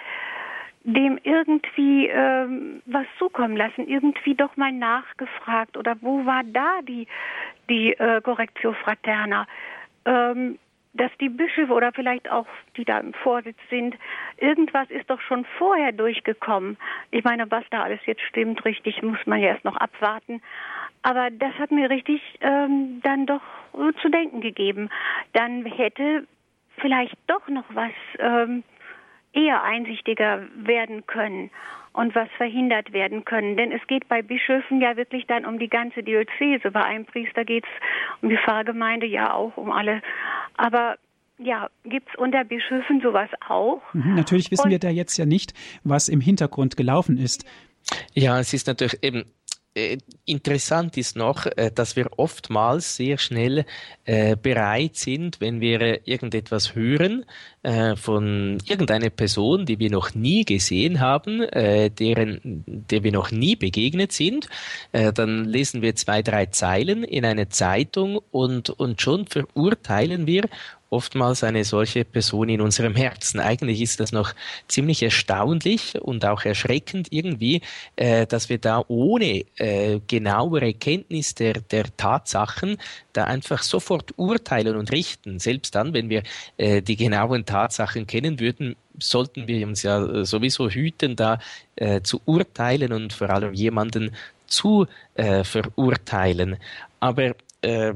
dem irgendwie ähm, was zukommen lassen, irgendwie doch mal nachgefragt oder wo war da die die äh, Correctio Fraterna, ähm, dass die Bischöfe oder vielleicht auch die da im Vorsitz sind, irgendwas ist doch schon vorher durchgekommen. Ich meine, was da alles jetzt stimmt, richtig, muss man ja erst noch abwarten. Aber das hat mir richtig ähm, dann doch äh, zu denken gegeben. Dann hätte vielleicht doch noch was ähm, eher einsichtiger werden können und was verhindert werden können. Denn es geht bei Bischöfen ja wirklich dann um die ganze Diözese. Bei einem Priester geht es um die Pfarrgemeinde, ja auch um alle. Aber ja, gibt es unter Bischöfen sowas auch? Mhm, natürlich wissen und, wir da jetzt ja nicht, was im Hintergrund gelaufen ist. Ja, es ist natürlich eben Äh, interessant ist noch, äh, dass wir oftmals sehr schnell äh, bereit sind, wenn wir äh, irgendetwas hören äh, von irgendeiner Person, die wir noch nie gesehen haben, äh, deren, der wir noch nie begegnet sind, äh, dann lesen wir zwei, drei Zeilen in einer Zeitung und, und schon verurteilen wir oftmals eine solche Person in unserem Herzen. Eigentlich ist das noch ziemlich erstaunlich und auch erschreckend irgendwie, äh, dass wir da ohne äh, genauere Kenntnis der, der Tatsachen da einfach sofort urteilen und richten. Selbst dann, wenn wir äh, die genauen Tatsachen kennen würden, sollten wir uns ja sowieso hüten, da äh, zu urteilen und vor allem jemanden zu äh, verurteilen. Aber ähm,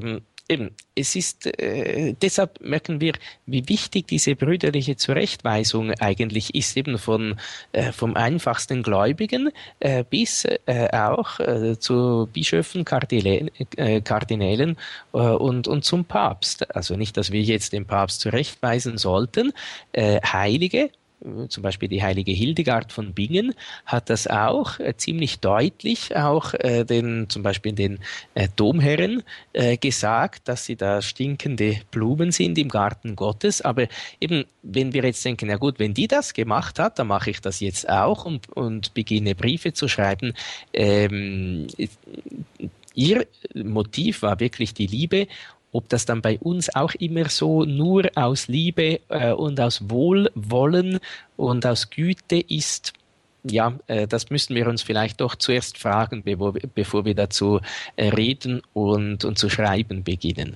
Eben, es ist, äh, deshalb merken wir, wie wichtig diese brüderliche Zurechtweisung eigentlich ist, eben von, äh, vom einfachsten Gläubigen äh, bis äh, auch äh, zu Bischöfen, Kardinälen, äh, Kardinälen äh, und, und zum Papst. Also nicht, dass wir jetzt den Papst zurechtweisen sollten. Äh, Heilige, zum Beispiel die heilige Hildegard von Bingen hat das auch äh, ziemlich deutlich auch äh, den, zum Beispiel den äh, Domherren äh, gesagt, dass sie da stinkende Blumen sind im Garten Gottes. Aber eben, wenn wir jetzt denken, na gut, wenn die das gemacht hat, dann mache ich das jetzt auch und, und beginne Briefe zu schreiben. Ähm, ihr Motiv war wirklich die Liebe. Ob das dann bei uns auch immer so nur aus Liebe äh, und aus Wohlwollen und aus Güte ist, ja, äh, das müssen wir uns vielleicht doch zuerst fragen, bevor, bevor wir dazu äh, reden und, und zu schreiben beginnen.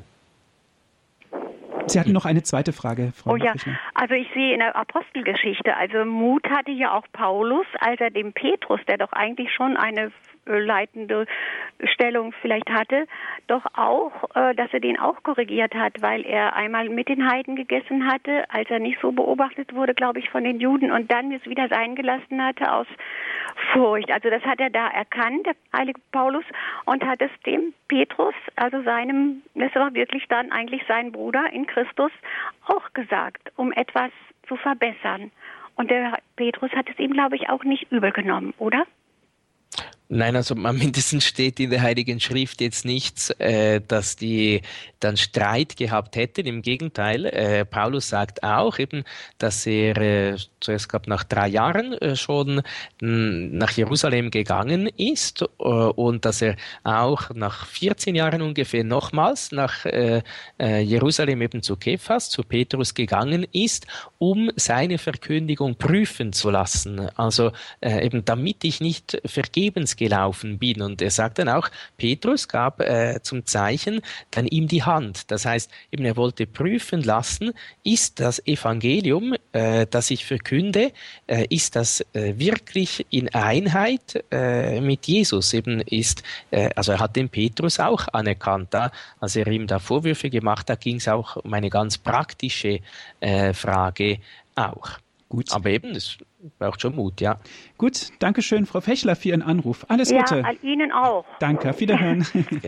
Sie hatten noch eine zweite Frage, Frau Oh ja, Fischler. also ich sehe in der Apostelgeschichte, also Mut hatte ja auch Paulus, als er dem Petrus, der doch eigentlich schon eine leitende Stellung vielleicht hatte, doch auch, äh, dass er den auch korrigiert hat, weil er einmal mit den Heiden gegessen hatte, als er nicht so beobachtet wurde, glaube ich, von den Juden und dann es wieder sein gelassen hatte aus Furcht. Also das hat er da erkannt, der heilige Paulus, und hat es dem Petrus, also seinem, das war wirklich dann eigentlich sein Bruder in Christus, auch gesagt, um etwas zu verbessern. Und der Petrus hat es ihm, glaube ich, auch nicht übel genommen, oder? Nein, also mindestens steht in der Heiligen Schrift jetzt nichts, äh, dass die dann Streit gehabt hätten. Im Gegenteil, äh, Paulus sagt auch eben, dass er äh, zuerst gab nach drei Jahren äh, schon mh, nach Jerusalem gegangen ist äh, und dass er auch nach vierzehn Jahren ungefähr nochmals nach äh, äh, Jerusalem eben zu Kephas, zu Petrus gegangen ist, um seine Verkündigung prüfen zu lassen. Also äh, eben damit ich nicht vergebens gelaufen bin. Und er sagt dann auch, Petrus gab äh, zum Zeichen dann ihm die Hand. Das heißt, eben er wollte prüfen lassen, ist das Evangelium, äh, das ich verkünde, äh, ist das äh, wirklich in Einheit äh, mit Jesus? Eben ist, äh, also er hat den Petrus auch anerkannt. Da, als er ihm da Vorwürfe gemacht hat, ging es auch um eine ganz praktische äh, Frage auch. Gut. Aber eben, es braucht schon Mut, ja. Gut, danke schön, Frau Fechler, für Ihren Anruf. Alles Gute. Ja, an Ihnen auch. Danke, auf Wiederhören.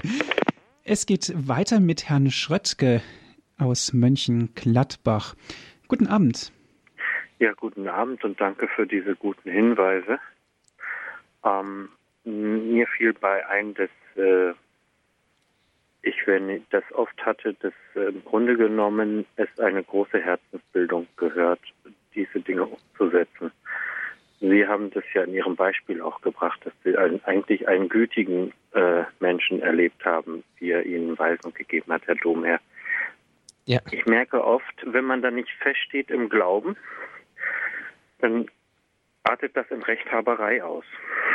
Es geht weiter mit Herrn Schröttke aus Mönchengladbach. Guten Abend. Ja, guten Abend und danke für diese guten Hinweise. Ähm, mir fiel bei ein, dass äh, ich, wenn das oft hatte, dass äh, im Grunde genommen es eine große Herzensbildung gehört, diese Dinge umzusetzen. Sie haben das ja in Ihrem Beispiel auch gebracht, dass Sie einen, eigentlich einen gütigen äh, Menschen erlebt haben, wie er Ihnen Weisung gegeben hat, Herr Domherr. Ja. Ich merke oft, wenn man da nicht feststeht im Glauben, dann artet das in Rechthaberei aus.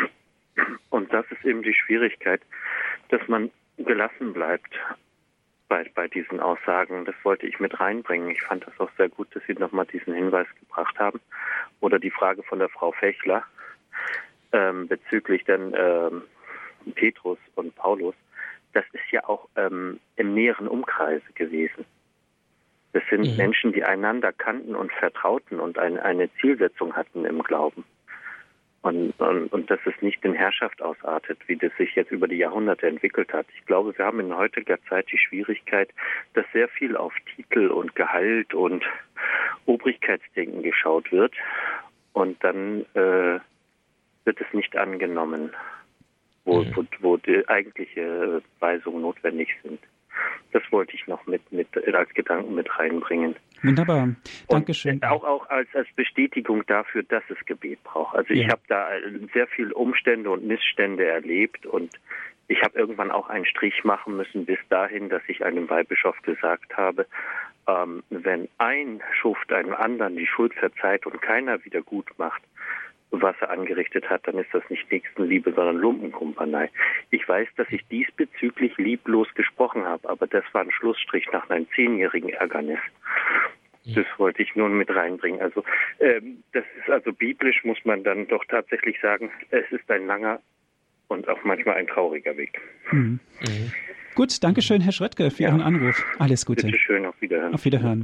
Und das ist eben die Schwierigkeit, dass man gelassen bleibt bei, bei diesen Aussagen. Das wollte ich mit reinbringen. Ich fand das auch sehr gut, dass Sie nochmal diesen Hinweis gebracht haben. Oder die Frage von der Frau Fechler ähm, bezüglich dann ähm, Petrus und Paulus. Das ist ja auch ähm, im näheren Umkreis gewesen. Das sind mhm. Menschen, die einander kannten und vertrauten und ein, eine Zielsetzung hatten im Glauben. Und, und, und dass es nicht in Herrschaft ausartet, wie das sich jetzt über die Jahrhunderte entwickelt hat. Ich glaube, wir haben in heutiger Zeit die Schwierigkeit, dass sehr viel auf Titel und Gehalt und Obrigkeitsdenken geschaut wird. Und dann äh, wird es nicht angenommen, wo, mhm. wo, wo die eigentliche Weisungen notwendig sind. Das wollte ich noch mit, mit als Gedanken mit reinbringen. Wunderbar, Dankeschön. Und auch, auch als, als Bestätigung dafür, dass es Gebet braucht. Also ja. Ich habe da sehr viele Umstände und Missstände erlebt und ich habe irgendwann auch einen Strich machen müssen bis dahin, dass ich einem Weihbischof gesagt habe, ähm, wenn ein Schuft einem anderen die Schuld verzeiht und keiner wieder gut macht, was er angerichtet hat, dann ist das nicht Nächstenliebe, sondern Lumpenkumpanei. Ich weiß, dass ich diesbezüglich lieblos gesprochen habe, aber das war ein Schlussstrich nach einem zehnjährigen Ärgernis. Das wollte ich nun mit reinbringen. Also ähm, das ist also biblisch, muss man dann doch tatsächlich sagen, es ist ein langer und auch manchmal ein trauriger Weg. Mhm. Mhm. Gut, danke schön, Herr Schröttke, für ja. Ihren Anruf. Alles Gute. Bitte schön, auf Wiederhören. Auf Wiederhören.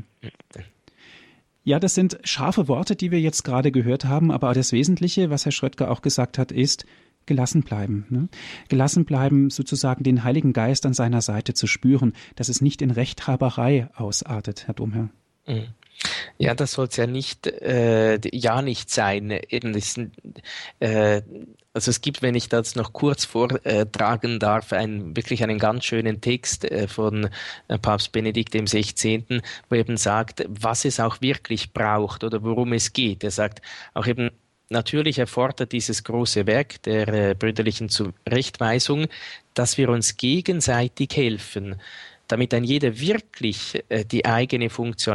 Ja, das sind scharfe Worte, die wir jetzt gerade gehört haben, aber das Wesentliche, was Herr Schröttke auch gesagt hat, ist, gelassen bleiben. Ne? Gelassen bleiben, sozusagen den Heiligen Geist an seiner Seite zu spüren, dass es nicht in Rechthaberei ausartet, Herr Domherr. Mhm. Ja, das soll es ja nicht, äh, ja nicht sein. Eben, das, äh, also es gibt, wenn ich das noch kurz vortragen darf, ein, wirklich einen ganz schönen Text äh, von äh, Papst Benedikt dem Sechzehnten, wo eben sagt, was es auch wirklich braucht oder worum es geht. Er sagt auch eben, natürlich erfordert dieses große Werk der äh, brüderlichen Zurechtweisung, dass wir uns gegenseitig helfen, damit ein jeder wirklich äh, die eigene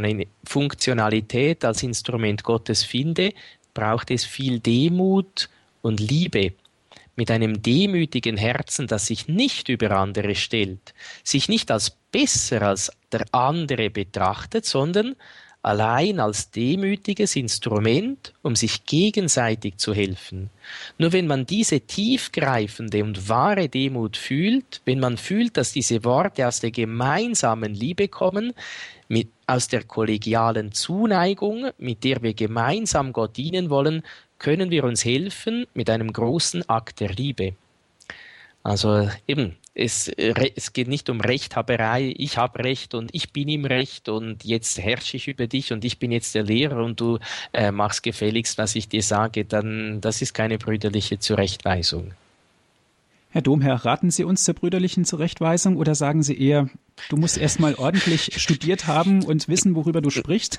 Funktionalität als Instrument Gottes finde, braucht es viel Demut und Liebe. Mit einem demütigen Herzen, das sich nicht über andere stellt, sich nicht als besser als der andere betrachtet, sondern allein als demütiges Instrument, um sich gegenseitig zu helfen. Nur wenn man diese tiefgreifende und wahre Demut fühlt, wenn man fühlt, dass diese Worte aus der gemeinsamen Liebe kommen, mit, aus der kollegialen Zuneigung, mit der wir gemeinsam Gott dienen wollen, können wir uns helfen mit einem großen Akt der Liebe. Also eben, es, es geht nicht um Rechthaberei, ich habe Recht und ich bin im Recht und jetzt herrsche ich über dich und ich bin jetzt der Lehrer und du äh, machst gefälligst, was ich dir sage, dann das ist keine brüderliche Zurechtweisung. Herr Domherr, raten Sie uns zur brüderlichen Zurechtweisung oder sagen Sie eher, du musst erst mal ordentlich studiert haben und wissen, worüber du sprichst?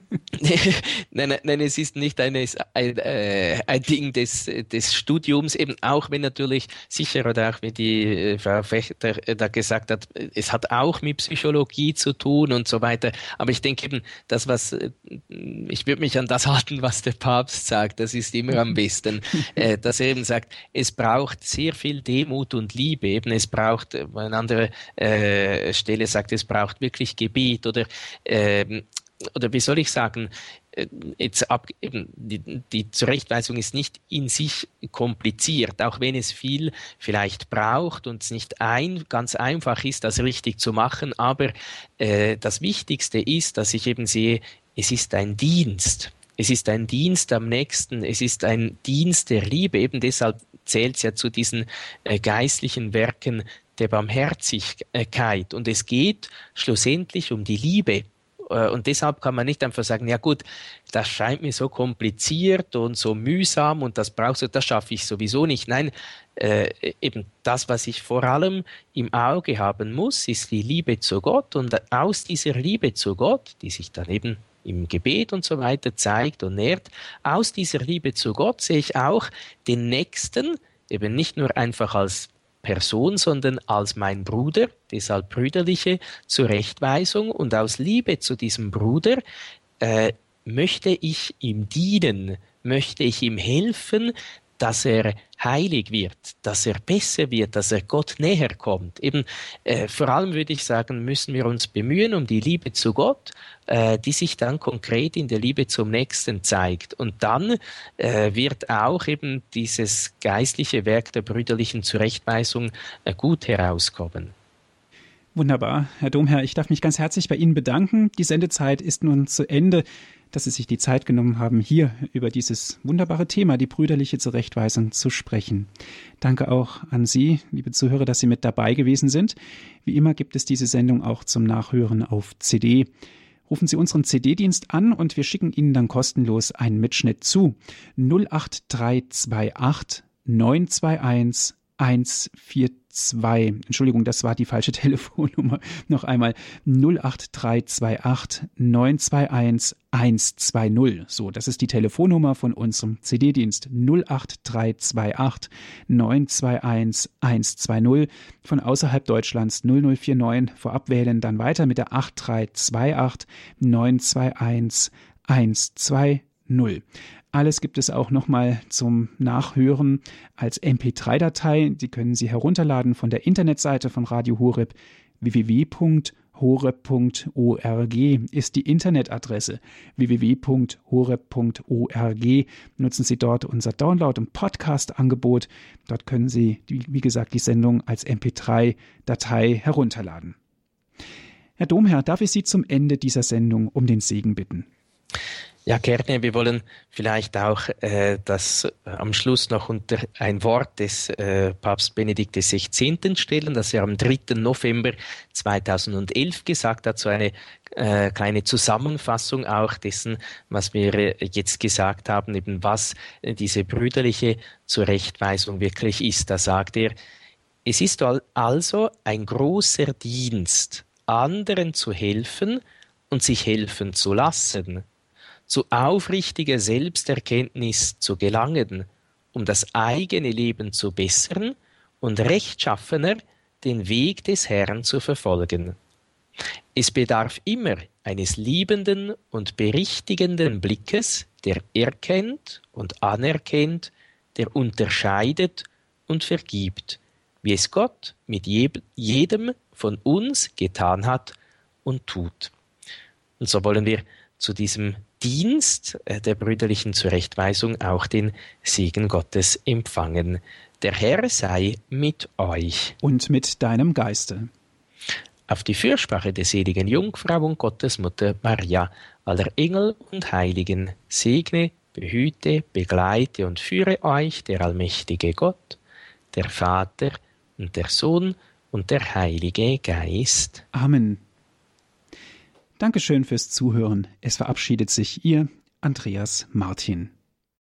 nein, nein, nein, es ist nicht eine, ein, äh, ein Ding des, des Studiums, eben auch wenn natürlich sicher oder auch wie die äh, Frau Fechter da gesagt hat, es hat auch mit Psychologie zu tun und so weiter. Aber ich denke eben, das, was, äh, ich würde mich an das halten, was der Papst sagt, das ist immer am besten, äh, dass er eben sagt, es braucht sehr viel Demut und Liebe, eben es braucht, eine andere äh, Stelle sagt, es braucht wirklich Gebet oder, äh, oder wie soll ich sagen, äh, jetzt ab, eben, die, die Zurechtweisung ist nicht in sich kompliziert, auch wenn es viel vielleicht braucht und es nicht ein, ganz einfach ist, das richtig zu machen, aber äh, das Wichtigste ist, dass ich eben sehe, es ist ein Dienst. Es ist ein Dienst am Nächsten, es ist ein Dienst der Liebe, eben deshalb zählt es ja zu diesen äh, geistlichen Werken der Barmherzigkeit. Und es geht schlussendlich um die Liebe. Und deshalb kann man nicht einfach sagen, ja gut, das scheint mir so kompliziert und so mühsam und das brauchst du, das schaffe ich sowieso nicht. Nein, äh, eben das, was ich vor allem im Auge haben muss, ist die Liebe zu Gott. Und aus dieser Liebe zu Gott, die sich dann eben im Gebet und so weiter zeigt und nährt, aus dieser Liebe zu Gott sehe ich auch den Nächsten, eben nicht nur einfach als Person, sondern als mein Bruder, deshalb brüderliche Zurechtweisung. Und aus Liebe zu diesem Bruder äh, möchte ich ihm dienen, möchte ich ihm helfen, dass er heilig wird, dass er besser wird, dass er Gott näher kommt. Eben äh, vor allem würde ich sagen, müssen wir uns bemühen um die Liebe zu Gott, äh, die sich dann konkret in der Liebe zum Nächsten zeigt. Und dann äh, wird auch eben dieses geistliche Werk der brüderlichen Zurechtweisung äh, gut herauskommen. Wunderbar, Herr Domherr, ich darf mich ganz herzlich bei Ihnen bedanken. Die Sendezeit ist nun zu Ende, dass Sie sich die Zeit genommen haben, hier über dieses wunderbare Thema, die brüderliche Zurechtweisung, zu sprechen. Danke auch an Sie, liebe Zuhörer, dass Sie mit dabei gewesen sind. Wie immer gibt es diese Sendung auch zum Nachhören auf C D. Rufen Sie unseren C D-Dienst an und wir schicken Ihnen dann kostenlos einen Mitschnitt zu. null acht drei zwei acht neun zwei eins eins vier zwei. Entschuldigung, das war die falsche Telefonnummer. Noch einmal null acht drei zwei acht neun zwei eins eins zwei null. So, das ist die Telefonnummer von unserem C D-Dienst. null acht drei zwei acht neun zwei eins eins zwei null. Von außerhalb Deutschlands null null vier neun. Vorab wählen, dann weiter mit der acht drei zwei acht neun zwei eins eins zwei null. Alles gibt es auch nochmal zum Nachhören als M P drei Datei. Die können Sie herunterladen von der Internetseite von Radio Horeb w w w punkt horeb punkt org ist die Internetadresse. w w w punkt horeb punkt org. Nutzen Sie dort unser Download- und Podcast-Angebot. Dort können Sie, wie gesagt, die Sendung als M P drei Datei herunterladen. Herr Domherr, darf ich Sie zum Ende dieser Sendung um den Segen bitten? Ja, gerne. Wir wollen vielleicht auch äh, das äh, am Schluss noch unter ein Wort des äh, Papst Benedikt der Sechzehnten stellen, das er am dritten November zweitausendelf gesagt hat, so eine äh, kleine Zusammenfassung auch dessen, was wir äh, jetzt gesagt haben, eben was äh, diese brüderliche Zurechtweisung wirklich ist. Da sagt er, es ist also ein großer Dienst, anderen zu helfen und sich helfen zu lassen, zu aufrichtiger Selbsterkenntnis zu gelangen, um das eigene Leben zu bessern und rechtschaffener den Weg des Herrn zu verfolgen. Es bedarf immer eines liebenden und berichtigenden Blickes, der erkennt und anerkennt, der unterscheidet und vergibt, wie es Gott mit jedem von uns getan hat und tut. Und so wollen wir zu diesem Dienst der brüderlichen Zurechtweisung auch den Segen Gottes empfangen. Der Herr sei mit euch. Und mit deinem Geiste. Auf die Fürsprache der seligen Jungfrau und Gottesmutter Maria, aller Engel und Heiligen, segne, behüte, begleite und führe euch der allmächtige Gott, der Vater und der Sohn und der Heilige Geist. Amen. Dankeschön fürs Zuhören. Es verabschiedet sich Ihr Andreas Martin.